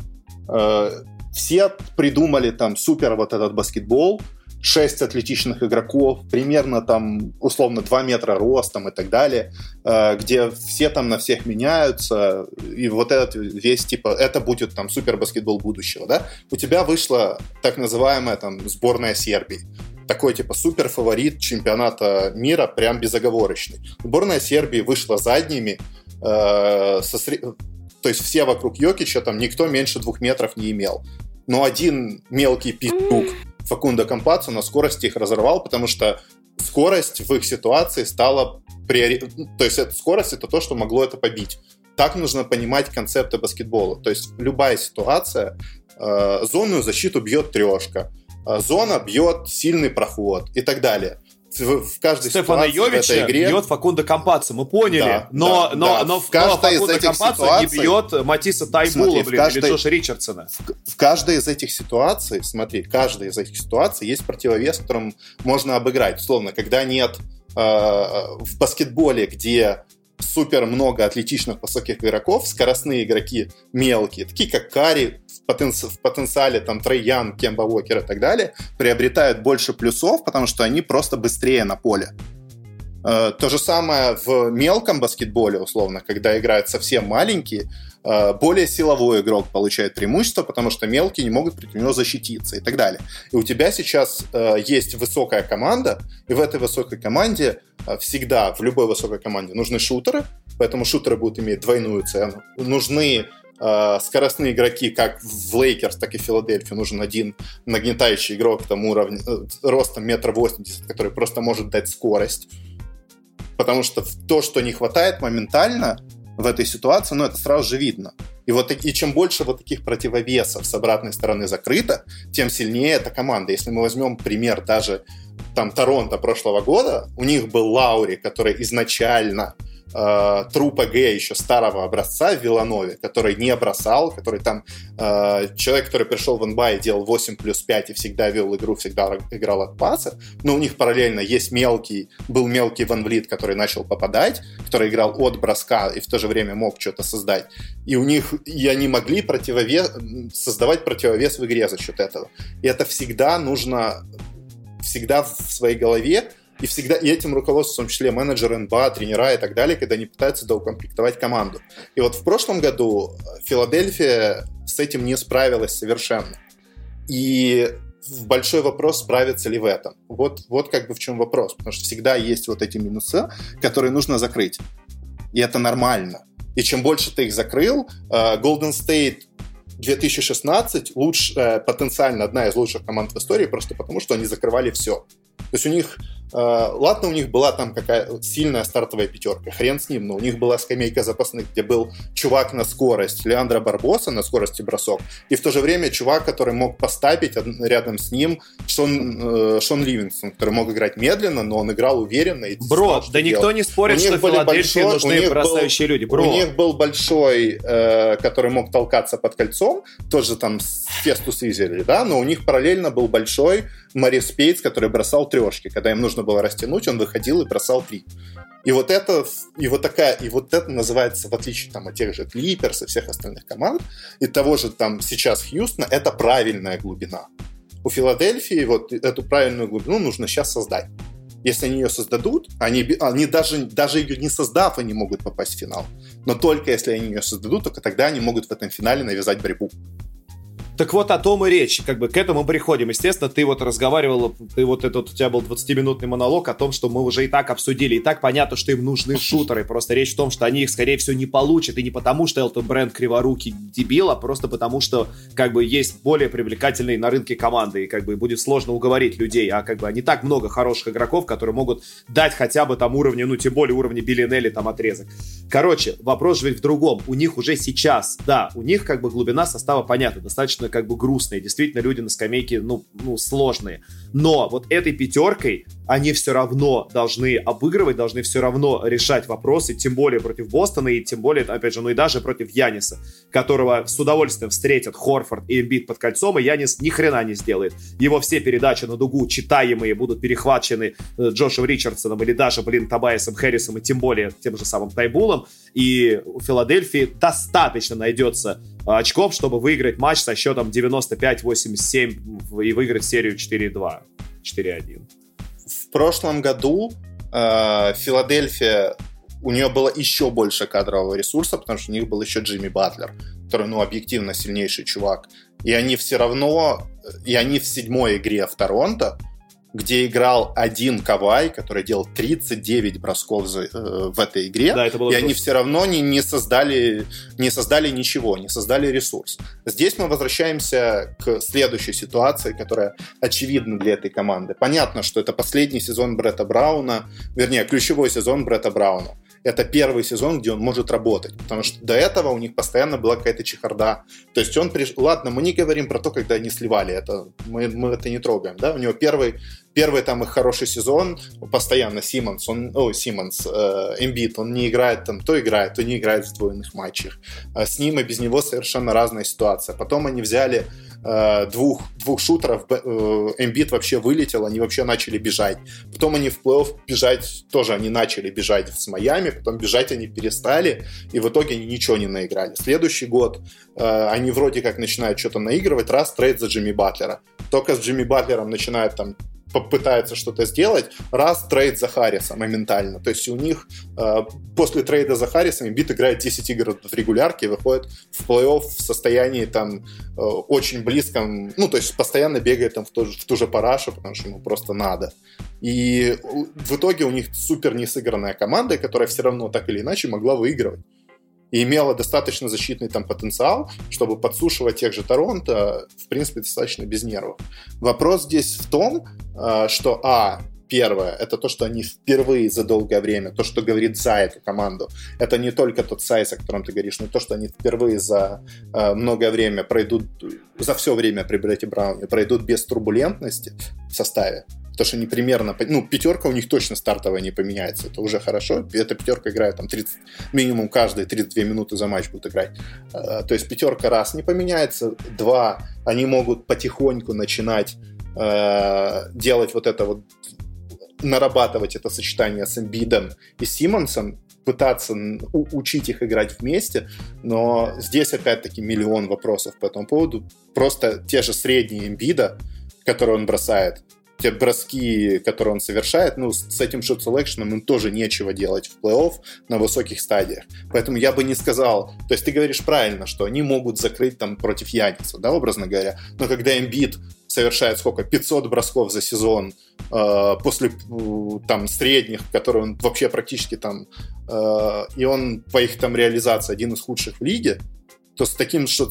все придумали там супер вот этот баскетбол, 6 атлетичных игроков, примерно там, условно, 2 метра ростом и так далее, где все там на всех меняются, и вот этот весь, типа, это будет там супербаскетбол будущего, да? У тебя вышла так называемая там сборная Сербии. Такой, типа, суперфаворит чемпионата мира, прям безоговорочный. Сборная Сербии вышла задними, то есть все вокруг Йокича, там никто меньше 2 метров не имел. Но один мелкий пиздюк Факундо Кампаццо на скорости их разорвал, потому что скорость в их ситуации стала То есть эта скорость — это то, что могло это побить. Так нужно понимать концепты баскетбола. То есть любая ситуация, зонную защиту бьет трешка, зона бьет сильный проход и так далее. В каждой Стефана Йовича бьет Факундо Кампаццо, мы поняли, но Факундо Кампаццо не бьет Матисса Тайбула, или Джоша Ричардсона. В каждой из этих ситуаций, есть противовес, которым можно обыграть. Условно, когда нет в баскетболе, где супер много атлетичных высоких игроков, скоростные игроки мелкие, такие как Карри, в потенциале там Трей Янг, Кемба Уокер и так далее, приобретают больше плюсов, потому что они просто быстрее на поле. То же самое в мелком баскетболе, условно, когда играют совсем маленькие, более силовой игрок получает преимущество, потому что мелкие не могут против него защититься и так далее. И у тебя сейчас есть высокая команда, и в этой высокой команде всегда, в любой высокой команде нужны шутеры, поэтому шутеры будут иметь двойную цену. Нужны скоростные игроки, как в Лейкерс, так и в Филадельфии. Нужен один нагнетающий игрок там уровня, ростом 1,80 м, который просто может дать скорость. Потому что то, что не хватает моментально в этой ситуации, это сразу же видно. И чем больше вот таких противовесов с обратной стороны закрыто, тем сильнее эта команда. Если мы возьмем пример даже там Торонто прошлого года, у них был Лаури, который изначально труп АГ еще старого образца в Вилланове, который не бросал, который там человек, который пришел в НБА и делал 8+5 и всегда вел игру, всегда играл от паса, но у них параллельно был мелкий Ван Влит, который начал попадать, который играл от броска и в то же время мог что-то создать. И они могли создавать противовес в игре за счет этого. И это всегда нужно в своей голове. И этим руководствуются, в том числе менеджеры НБА, тренера и так далее, когда они пытаются доукомплектовать команду. И вот в прошлом году Филадельфия с этим не справилась совершенно. И большой вопрос, справится ли в этом. Вот как бы в чем вопрос. Потому что всегда есть вот эти минусы, которые нужно закрыть. И это нормально. И чем больше ты их закрыл, Golden State 2016 потенциально одна из лучших команд в истории, просто потому что они закрывали все. То есть у них была там какая сильная стартовая пятерка, хрен с ним, но у них была скамейка запасных, где был чувак на скорость, Леандро Барбоса на скорости бросок, и в то же время чувак, который мог поставить рядом с ним Шон Ливингстон, который мог играть медленно, но он играл уверенно. И никто не спорит, что в Филадельфии нужны бросающие люди. У них был большой, который мог толкаться под кольцом, тоже там Фестус Изели, да, но у них параллельно был большой Морис Пейтс, который бросал трешки. Когда им нужно было растянуть, он выходил и бросал 3. И вот это называется, в отличие там, от тех же Клиперс и всех остальных команд, и того же там сейчас Хьюстона, это правильная глубина. У Филадельфии вот эту правильную глубину нужно сейчас создать. Если они ее создадут, они даже ее не создав, они могут попасть в финал. Но только если они ее создадут, только тогда они могут в этом финале навязать борьбу. Так вот о том и речь, как бы к этому мы приходим. Естественно, ты вот разговаривал, у тебя был 20-минутный монолог о том, что мы уже и так обсудили, и так понятно, что им нужны шутеры, просто речь в том, что они их, скорее всего, не получат, и не потому, что Элтон Брэнд криворукий дебил, а просто потому, что, как бы, есть более привлекательные на рынке команды, и, как бы, будет сложно уговорить людей, а, как бы, не так много хороших игроков, которые могут дать хотя бы там уровне, ну, тем более уровне Беллинелли там отрезок. Короче, вопрос же ведь в другом. У них уже сейчас, да, у них, как бы, глубина состава понятна, достаточно, как бы, грустные. Действительно, люди на скамейке, ну, сложные. Но вот этой пятеркой они все равно должны обыгрывать, должны все равно решать вопросы, тем более против Бостона, и тем более, опять же, ну и даже против Яниса, которого с удовольствием встретят Хорфорд и Эмбит под кольцом, и Янис ни хрена не сделает. Его все передачи на дугу читаемые будут перехвачены Джошем Ричардсоном или даже, Тобайасом Хэррисом, и тем более тем же самым Тайбулом, и у Филадельфии достаточно найдется очков, чтобы выиграть матч со счетом 95-87 и выиграть серию 4-2, 4-1. В прошлом году Филадельфия, у нее было еще больше кадрового ресурса, потому что у них был еще Джимми Батлер, который, ну, объективно сильнейший чувак. И они все равно, и они в седьмой игре в Торонто, где играл один Кавай, который делал 39 бросков в этой игре, да, это было и они все равно не создали ничего, не создали ресурс. Здесь мы возвращаемся к следующей ситуации, которая очевидна для этой команды. Понятно, что это последний сезон Бретта Брауна, вернее, ключевой сезон Бретта Брауна. Это первый сезон, где он может работать, потому что до этого у них постоянно была какая-то чехарда. То есть ладно, мы не говорим про то, когда они сливали, мы это не трогаем, да? У него первый там их хороший сезон, постоянно Эмбит, он не играет там, то играет, то не играет в сдвоенных матчах. С ним и без него совершенно разная ситуация. Потом они взяли двух шутеров, Эмбит вообще вылетел, они вообще начали бежать. Потом они в плей-офф бежать, тоже они начали бежать с Майами, потом бежать они перестали, и в итоге они ничего не наиграли. Следующий год они вроде как начинают что-то наигрывать, раз трейд за Джимми Батлера. Только с Джимми Батлером начинают там попытается что-то сделать, раз трейд за Харриса моментально. То есть у них после трейда за Харрисом Эмбит играет 10 игр в регулярке, выходит в плей-офф в состоянии там очень близком, ну, то есть постоянно бегает там в ту же парашу, потому что ему просто надо. И в итоге у них супер несыгранная команда, которая все равно так или иначе могла выигрывать. И имела достаточно защитный там потенциал, чтобы подсушивать тех же Торонто, в принципе, достаточно без нервов. Вопрос здесь в том, что, первое, это то, что они впервые за долгое время, то, что говорит за эту команду, это не только тот сайз, о котором ты говоришь, но то, что они впервые за многое время пройдут, за все время при Бретте Брауне пройдут без турбулентности в составе. Потому что они примерно, пятерка у них точно стартовая не поменяется. Это уже хорошо. Эта пятерка играет там 30, минимум каждые 32 минуты за матч будут играть. То есть пятерка раз не поменяется, два, они могут потихоньку начинать делать вот это вот, нарабатывать это сочетание с Эмбидом и Симмонсом, пытаться учить их играть вместе, но здесь опять-таки миллион вопросов по этому поводу. Просто те же средние Эмбида, которые он бросает, те броски, которые он совершает, с этим шот-селекшеном им тоже нечего делать в плей-офф на высоких стадиях. Поэтому я бы не сказал... То есть ты говоришь правильно, что они могут закрыть там против Яниса, да, образно говоря. Но когда Эмбит совершает 500 бросков за сезон после там средних, которые он вообще практически там... и он по их там реализации один из худших в лиге, то с таким что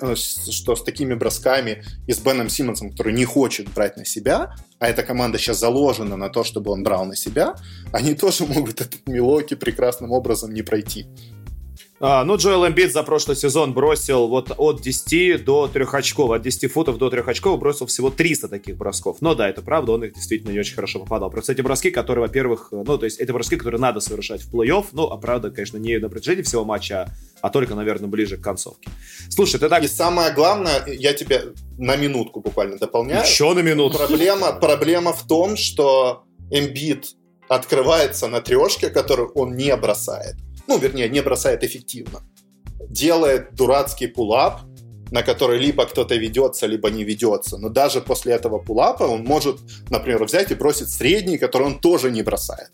с такими бросками и с Беном Симмонсом, который не хочет брать на себя, а эта команда сейчас заложена на то, чтобы он брал на себя, они тоже могут этот Милуоки прекрасным образом не пройти. Джоэл Эмбит за прошлый сезон бросил вот от 10 до 3 очков, от 10 футов до 3 очков бросил всего 300 таких бросков. Но да, это правда, он их действительно не очень хорошо попадал. Просто эти броски, которые, во-первых, то есть это броски, которые надо совершать в плей-офф, а правда, конечно, не на протяжении всего матча, а только, наверное, ближе к концовке. Слушай, ты так... И самое главное, я тебе на минутку буквально дополняю. Еще на минуту. Проблема в том, что Эмбит открывается на трешке, которую он не бросает. Не бросает эффективно. Делает дурацкий пулап, на который либо кто-то ведется, либо не ведется. Но даже после этого пулапа он может, например, взять и бросить средний, который он тоже не бросает.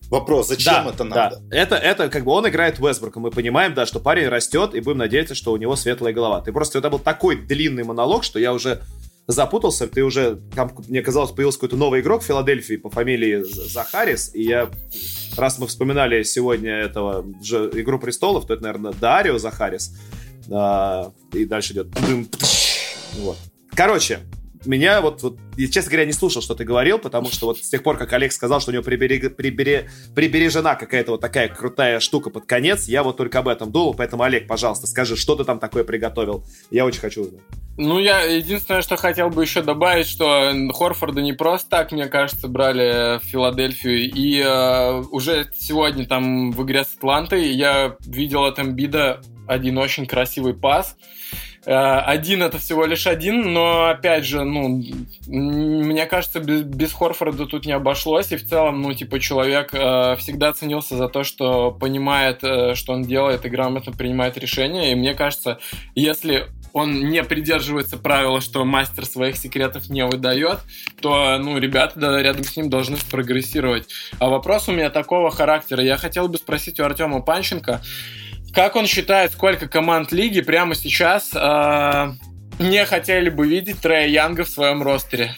Вопрос, зачем это надо? Да. Это как бы он играет Вестбрука. Мы понимаем, да, что парень растет, и будем надеяться, что у него светлая голова. Это был такой длинный монолог, что я уже запутался. Ты уже, мне казалось, появился какой-то новый игрок в Филадельфии по фамилии Захарис, и раз мы вспоминали сегодня этого же «Игру престолов», то это, наверное, Дарио Захарис. И дальше идет... Вот. Короче, меня я, честно говоря, не слушал, что ты говорил, потому что с тех пор, как Олег сказал, что у него прибережена какая-то такая крутая штука под конец, я только об этом думал, поэтому, Олег, пожалуйста, скажи, что ты там такое приготовил. Я очень хочу узнать. Я единственное, что хотел бы еще добавить, что Хорфорда не просто так, мне кажется, брали в Филадельфию, и уже сегодня там в игре с Атлантой я видел от Эмбида один очень красивый пас. Один — это всего лишь один, но, опять же, мне кажется, без Хорфорда тут не обошлось, и в целом, человек всегда ценился за то, что понимает, что он делает, и грамотно принимает решения, и мне кажется, если он не придерживается правила, что мастер своих секретов не выдает, то, ребята рядом с ним должны спрогрессировать. А вопрос у меня такого характера. Я хотел бы спросить у Артема Панченко, как он считает, сколько команд лиги прямо сейчас не хотели бы видеть Трея Янга в своем ростере?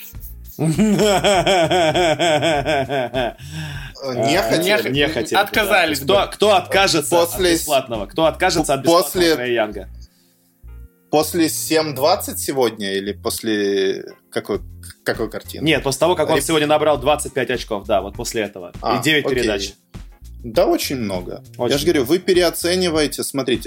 Не хотели. Отказались. Кто откажется от бесплатного? Кто откажется от бесплатного Трея Янга? После 7:20 сегодня или после какой картины? Нет, после того, как он сегодня набрал 25 очков, да, вот после этого. И 9 передач. Да, очень много. Я же говорю, вы переоцениваете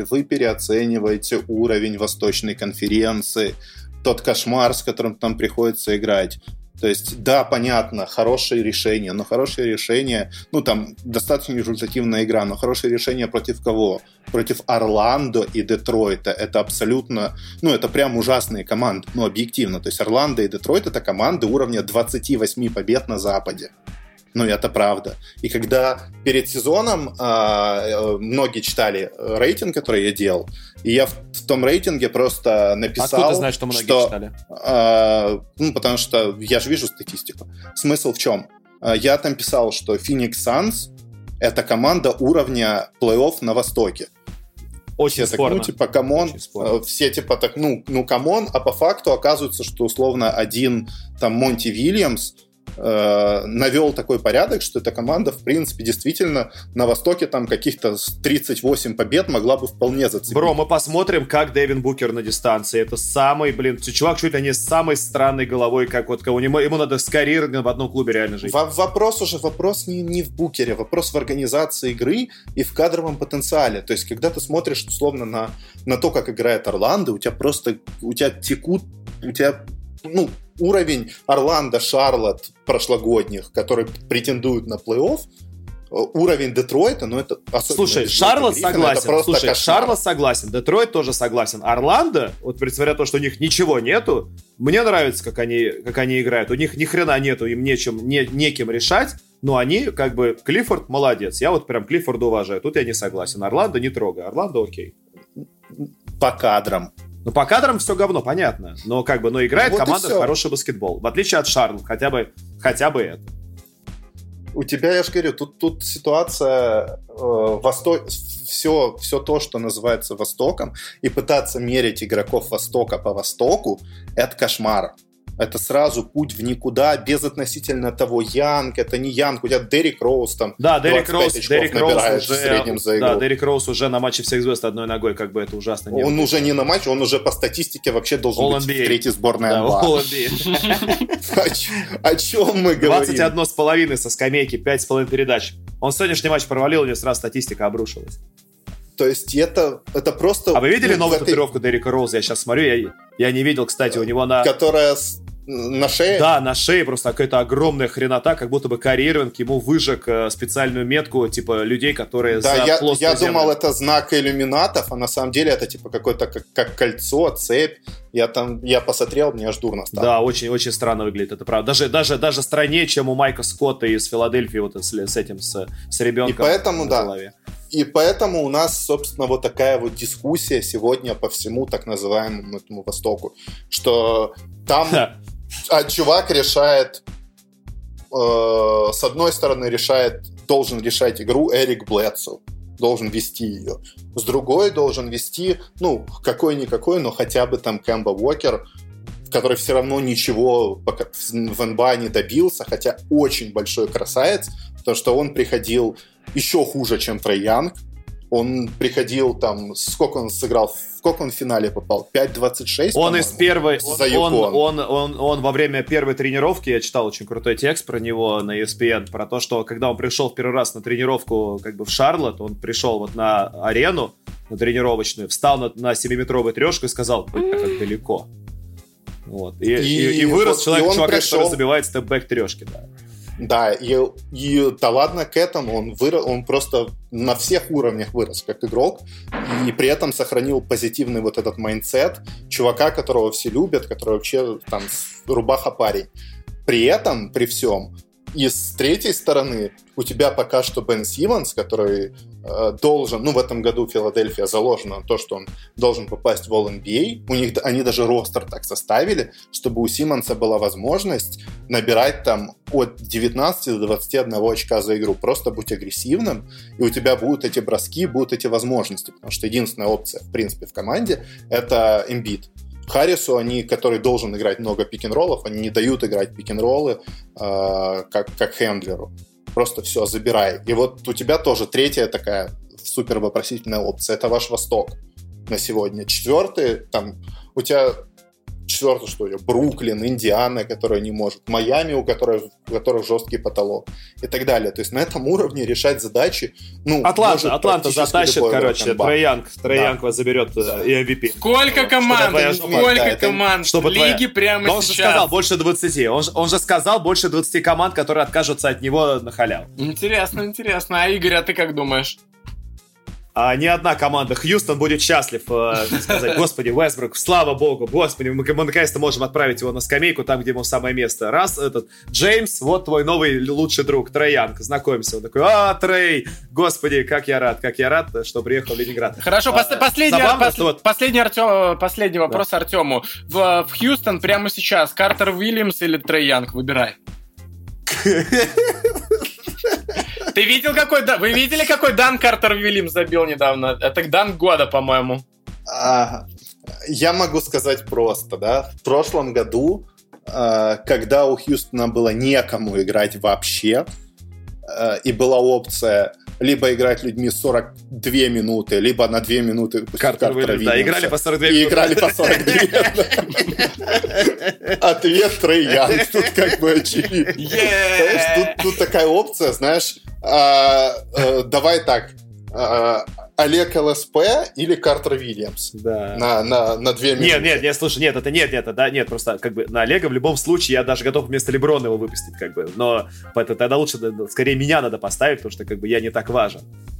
уровень Восточной конференции, тот кошмар, с которым там приходится играть. То есть, да, понятно, хорошее решение, но хорошее решение, там достаточно результативная игра, но хорошее решение против кого? Против Орландо и Детройта. Это абсолютно, это прям ужасные команды, объективно. То есть Орландо и Детройт — это команды уровня 28 побед на Западе. Это правда. И когда перед сезоном многие читали рейтинг, который я делал, и я в том рейтинге просто написал... Откуда ты знаешь, что многие читали? Потому что я же вижу статистику. Смысл в чем? Я там писал, что Phoenix Suns — это команда уровня плей-офф на Востоке. Очень все спорно. Так, камон. Все так, камон, а по факту оказывается, что условно один там Монти Вильямс навел такой порядок, что эта команда, в принципе, действительно на Востоке там каких-то 38 побед могла бы вполне зацепить. Бро, мы посмотрим, как Дэвин Букер на дистанции. Это самый, чувак чуть ли не с самой странной головой, как кого ему надо с карьерой в одном клубе реально жить. Вопрос не в Букере, вопрос в организации игры и в кадровом потенциале. То есть, когда ты смотришь, условно, на то, как играет Орландо, у тебя текут уровень Орландо, Шарлотт прошлогодних, которые претендуют на плей-офф, уровень Детройта, это особенно... Слушай, Шарлотт согласен. Шарлотт согласен, Детройт тоже согласен. Орландо, несмотря на то, что у них ничего нету, мне нравится, как они играют. У них ни хрена нету, им неким решать, но они, Клиффорд молодец. Я прям Клиффорда уважаю. Тут я не согласен. Орландо не трогай. Орландо окей. По кадрам. По кадрам все говно, понятно. Но играет команда в хороший баскетбол. В отличие от Шарлотт, хотя бы это. У тебя, я же говорю, тут ситуация все то, что называется Востоком, и пытаться мерить игроков Востока по Востоку, это кошмар. Это сразу путь в никуда, безотносительно того, Янг, это не Янг, у тебя Деррик Роуз там 25 очков набирает в среднем за игру. Да, Деррик Роуз уже на матче всех звезд одной ногой, это ужасно не Он уже не на матче, он уже по статистике вообще должен быть в третьей сборной НБА. О чем мы говорим? 21,5 со скамейки, 5,5 передач. Он сегодняшний матч провалил, у него сразу статистика обрушилась. То есть это просто... А вы видели новую татуировку Деррика Роуза? Я сейчас смотрю, я не видел, кстати, у него на... Которая на шее? Да, на шее просто какая-то огромная хренота, как будто бы Кайри Ирвинг ему выжег специальную метку, людей, которые за плоскую я землю. Думал, это знак иллюминатов, а на самом деле это какое-то как кольцо, цепь. Я посмотрел, мне аж дурно стало. Да, очень-очень странно выглядит, это правда. Даже страннее, чем у Майка Скотта из Филадельфии с ребенком. И поэтому, на голове. И поэтому у нас, собственно, такая дискуссия сегодня по всему так называемому этому Востоку, что там чувак решает с одной стороны, должен решать игру Эрик Блэдсоу, должен вести ее. С другой должен вести, какой-никакой, но хотя бы там Кэмба Уокер, который все равно ничего в НБА не добился, хотя очень большой красавец, потому что он приходил еще хуже, чем Трей Янг. Он приходил там, сколько он сыграл, сколько он в финале попал? 5-26, он из первой, он во время первой тренировки, я читал очень крутой текст про него на ESPN, про то, что когда он пришел в первый раз на тренировку как бы в Шарлотт, он пришел вот на арену, на тренировочную, встал на 7-метровую трешку и сказал: «Ой, как далеко». Вот. И вырос чувак, который забивает степ-бэк трешки, да. Да, и да ладно к этому, он просто на всех уровнях вырос как игрок, и при этом сохранил позитивный вот этот майндсет чувака, которого все любят, который вообще там рубаха парень. При этом, при всем, и с третьей стороны, у тебя пока что Бен Симмонс, который должен, в этом году Филадельфия заложена на то, что он должен попасть в All-NBA. Они даже ростер так составили, чтобы у Симмонса была возможность набирать там от 19 до 21 очка за игру. Просто будь агрессивным, и у тебя будут эти броски, будут эти возможности. Потому что единственная опция, в принципе, в команде — это Эмбит. Харрису, который должен играть много пик-н-роллов, они не дают играть пик-н-роллы как хендлеру. Просто все, забирай. И вот у тебя тоже третья такая супер вопросительная опция. Это ваш Восток на сегодня. Четвертый, там, у тебя четвертый, что ли, Бруклин, Индиана, которая не может, Майами, у которых жесткий потолок и так далее. То есть на этом уровне решать задачи, Атланта затащит, короче, Трей Янг вас заберет и MVP. Сколько команд в лиге прямо сейчас? Он же сказал больше 20. Он же сказал больше 20 команд, которые откажутся от него на халяву. Интересно. А Игорь, а ты как думаешь? Ни одна команда. Хьюстон будет счастлив сказать: «Господи, Уэстбрук, слава богу, господи, мы наконец-то можем отправить его на скамейку, там, где ему самое место». Раз, Джеймс, вот твой новый лучший друг, Трей Янг, знакомься. Он такой: «Трей, господи, как я рад, что приехал в Ленинград». Хорошо, последний вопрос Артему. В Хьюстон прямо сейчас Картер Уильямс или Трей Янг? Выбирай. Вы видели, какой дан Картер Уильямс забил недавно? Это дан года, по-моему. Я могу сказать просто, да. В прошлом году, когда у Хьюстона было некому играть вообще, и была опция либо играть людьми 42 минуты, либо на 2 минуты выпустить Картера Уильямса. Да, играли по 42 минуты. И играли по 42. Ответ Трей Янг. Тут как бы очевидно. Тут такая опция, знаешь, давай так, Олег ЛСП или Картер Уильямс? Да. На 2 минуты. Нет, слушай, нет, просто как бы на Олега в любом случае я даже готов вместо Леброна его выпустить, как бы, но тогда лучше, скорее меня надо поставить, потому что как бы я не так важен.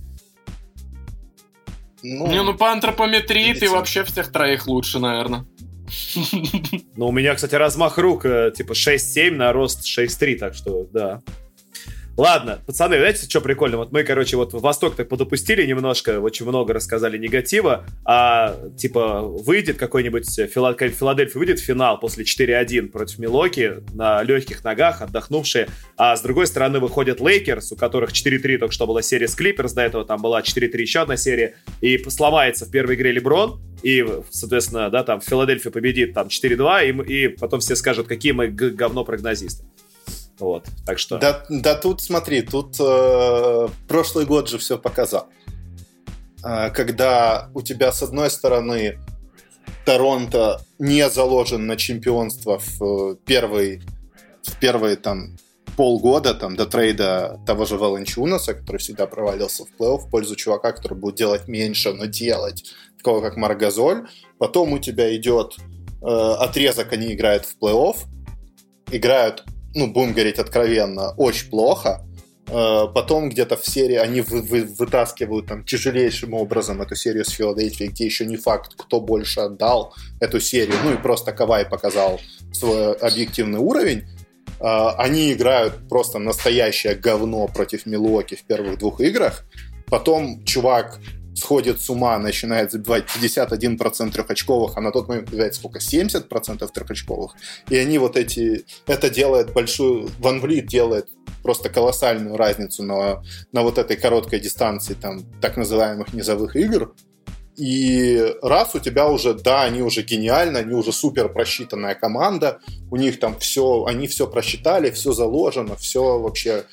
По антропометрии видите, ты вообще всех троих лучше, наверное. У меня, кстати, размах рук типа 6-7 на рост 6-3, так что да. Ладно, пацаны, знаете, что прикольно? Вот мы, короче, вот в Восток так подопустили немножко, очень много рассказали негатива, а типа выйдет какой-нибудь Филадельфия выйдет в финал после 4-1 против Милуоки на легких ногах, отдохнувшие, а с другой стороны выходят Лейкерс, у которых 4-3 только что была серия с Клиперс, до этого там была 4-3 еще одна серия, и сломается в первой игре Леброн, и, соответственно, да, там Филадельфия победит там 4-2, и потом все скажут, какие мы говно прогнозисты. Вот, так что... Да тут, смотри, прошлый год же все показал. Когда у тебя, с одной стороны, Торонто не заложен на чемпионство в первые там полгода, там, до трейда того же Валенчунаса, который всегда провалился в плей-офф, в пользу чувака, который будет делать меньше, но делать, такого как Марк Газоль. Потом у тебя идет отрезок, они играют в плей-офф, играют, будем говорить откровенно, очень плохо. Потом где-то в серии они вытаскивают там тяжелейшим образом эту серию с Филадельфией, где еще не факт, кто больше отдал эту серию. И просто Кавай показал свой объективный уровень. Они играют просто настоящее говно против Милуоки в первых 2 играх. Потом чувак сходит с ума, начинает забивать 51% трехочковых, а на тот момент забивает сколько? 70% трехочковых. И они это делает большую... Ван Влит делает просто колоссальную разницу на вот этой короткой дистанции там, так называемых низовых игр. И раз у тебя уже, да, они уже гениальны, они уже супер просчитанная команда, у них там все, они все просчитали, все заложено, все вообще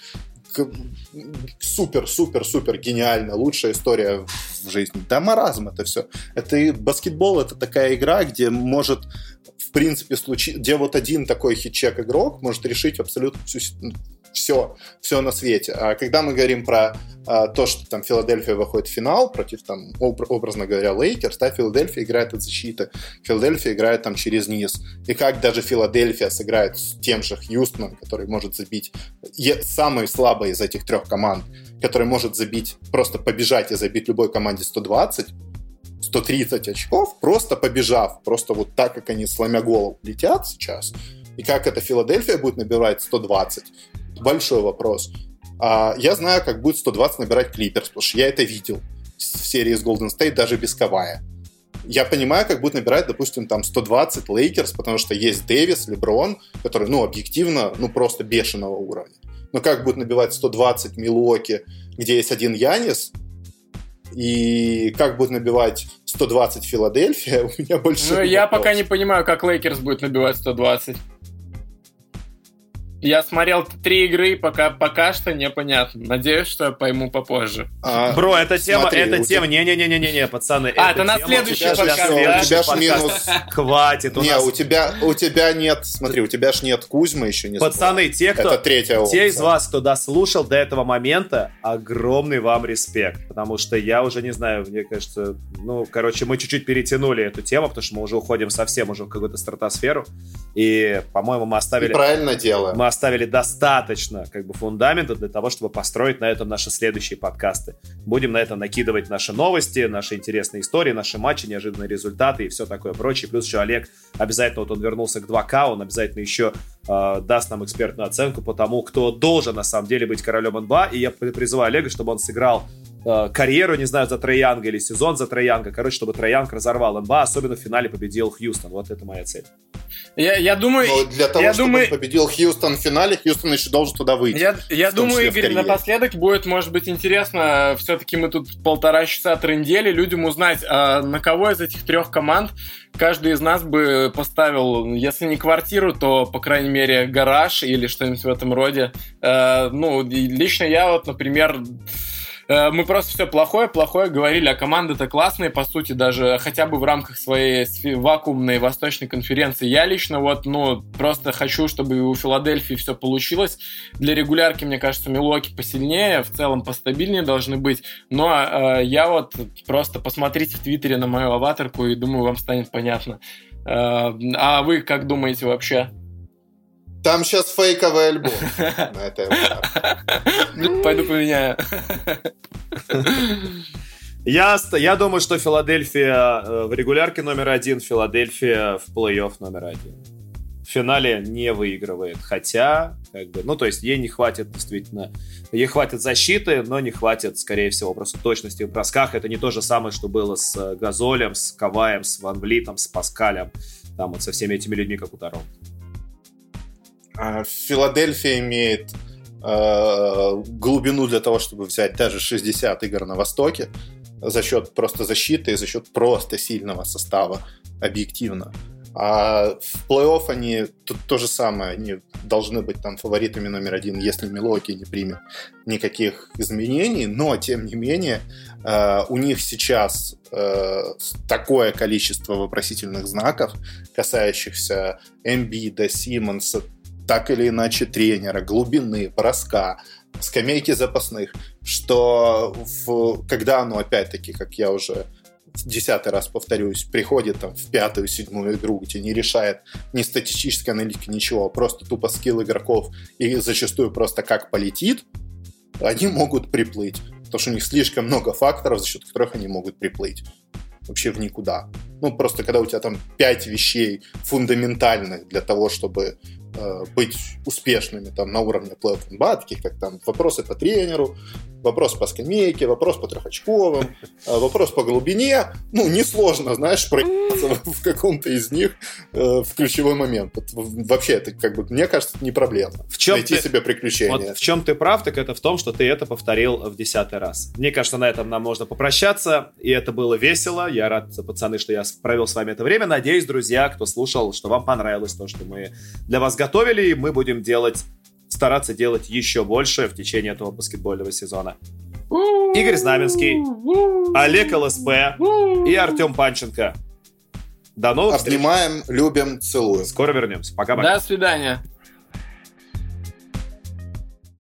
супер гениально, лучшая история в жизни. Да, маразм это все. Баскетбол — это такая игра, где может в принципе где вот один такой хит-чек игрок может решить абсолютно все на свете. А когда мы говорим про то, что там Филадельфия выходит в финал против, там, образно говоря, Лейкерс, да, Филадельфия играет от защиты, Филадельфия играет там через низ. И как даже Филадельфия сыграет с тем же Хьюстоном, который может забить самый слабый из этих трех команд, который может забить, просто побежать и забить любой команде 120-130 очков, просто побежав, просто вот так, как они сломя голову летят сейчас, и как это Филадельфия будет набирать 120, большой вопрос. Я знаю, как будет 120 набирать Клиперс, потому что я это видел в серии с Golden State даже без Кавая. Я понимаю, как будет набирать, допустим, там 120 Лейкерс, потому что есть Дэвис, Леброн, который, объективно, просто бешеного уровня. Но как будет набивать 120 Милуоки, где есть один Янис, и как будет набивать 120 Филадельфия, у меня большой я пока не понимаю, как Лейкерс будет набивать 120. Я смотрел 3 игры, пока что непонятно. Надеюсь, что я пойму попозже. Бро, эта тема... Не-не-не, пацаны. Это на следующий подкаст. У тебя ж минус... Хватит. Не, у тебя нет... Смотри, у тебя ж нет Кузьмы еще не... Пацаны, те из вас, кто дослушал до этого момента, огромный вам респект. Потому что я уже не знаю, мне кажется... мы чуть-чуть перетянули эту тему, потому что мы уже уходим совсем уже в какую-то стратосферу. И, по-моему, мы оставили... И правильно делаем. Мы оставили достаточно фундамента для того, чтобы построить на этом наши следующие подкасты. Будем на это накидывать наши новости, наши интересные истории, наши матчи, неожиданные результаты и все такое прочее. Плюс еще Олег обязательно, он вернулся к 2К, он обязательно еще даст нам экспертную оценку по тому, кто должен на самом деле быть королем НБА. И я призываю Олега, чтобы он сыграл карьеру, не знаю, за Трей Янга или сезон за Трей Янга. Чтобы Трей Янг разорвал НБА, особенно в финале победил Хьюстон. Вот это моя цель. Я думаю... Но для того, чтобы он победил Хьюстон в финале, Хьюстон еще должен туда выйти. Я думаю, Игорь, напоследок будет, может быть, интересно, все-таки мы тут 1,5 часа трындели, людям узнать, на кого из этих 3 команд каждый из нас бы поставил, если не квартиру, то, по крайней мере, гараж или что-нибудь в этом роде. Лично я например... Мы просто все плохое говорили, а команды-то классные, по сути, даже хотя бы в рамках своей вакуумной Восточной конференции. Я лично просто хочу, чтобы у Филадельфии все получилось. Для регулярки, мне кажется, Милуоки посильнее, в целом постабильнее должны быть. Но я просто посмотрите в Твиттере на мою аватарку, и думаю, вам станет понятно. А вы как думаете вообще? Там сейчас фейковый альбом. Пойду поменяю. Я думаю, что Филадельфия в регулярке номер 1, Филадельфия в плей-офф номер 1. В финале не выигрывает. Хотя, то есть ей не хватит действительно... Ей хватит защиты, но не хватит, скорее всего, просто точности в бросках. Это не то же самое, что было с Газолем, с Каваем, с Ван Влитом, с Паскалем. Там со всеми этими людьми, как у Торонто. Филадельфия имеет глубину для того, чтобы взять даже 60 игр на Востоке за счет просто защиты и за счет просто сильного состава, объективно. А в плей-офф они тут то же самое, они должны быть там фаворитами номер 1, если Милуоки не примет никаких изменений, но тем не менее у них сейчас такое количество вопросительных знаков, касающихся Эмбида, Симмонса, так или иначе тренера, глубины, броска, скамейки запасных, что когда оно, опять-таки, как я уже 10-й раз повторюсь, приходит там в 5-ю, 7-ю игру, где не решает ни статистическая аналитика, ничего, просто тупо скилл игроков и зачастую просто как полетит, они могут приплыть, потому что у них слишком много факторов, за счет которых они могут приплыть вообще в никуда. Просто когда у тебя там 5 вещей фундаментальных для того, чтобы быть успешными там на уровне плей-офф НБА, таких как там вопросы по тренеру, вопрос по скамейке, вопрос по трехочковым, вопрос по глубине. Ну, несложно, знаешь, проебаться в каком-то из них в ключевой момент. Вообще, это, как бы, мне кажется, не проблема. Найти себе приключения. Вот в чем ты прав, так это в том, что ты это повторил в 10-й раз. Мне кажется, на этом нам можно попрощаться, и это было весело. Я рад, пацаны, что я провел с вами это время. Надеюсь, друзья, кто слушал, что вам понравилось то, что мы для вас готовили, и мы будем стараться делать еще больше в течение этого баскетбольного сезона. Игорь Знаменский, Олег ЛСП и Артем Панченко. До новых встреч. Обнимаем, любим, целуем. Скоро вернемся. Пока-пока. До свидания.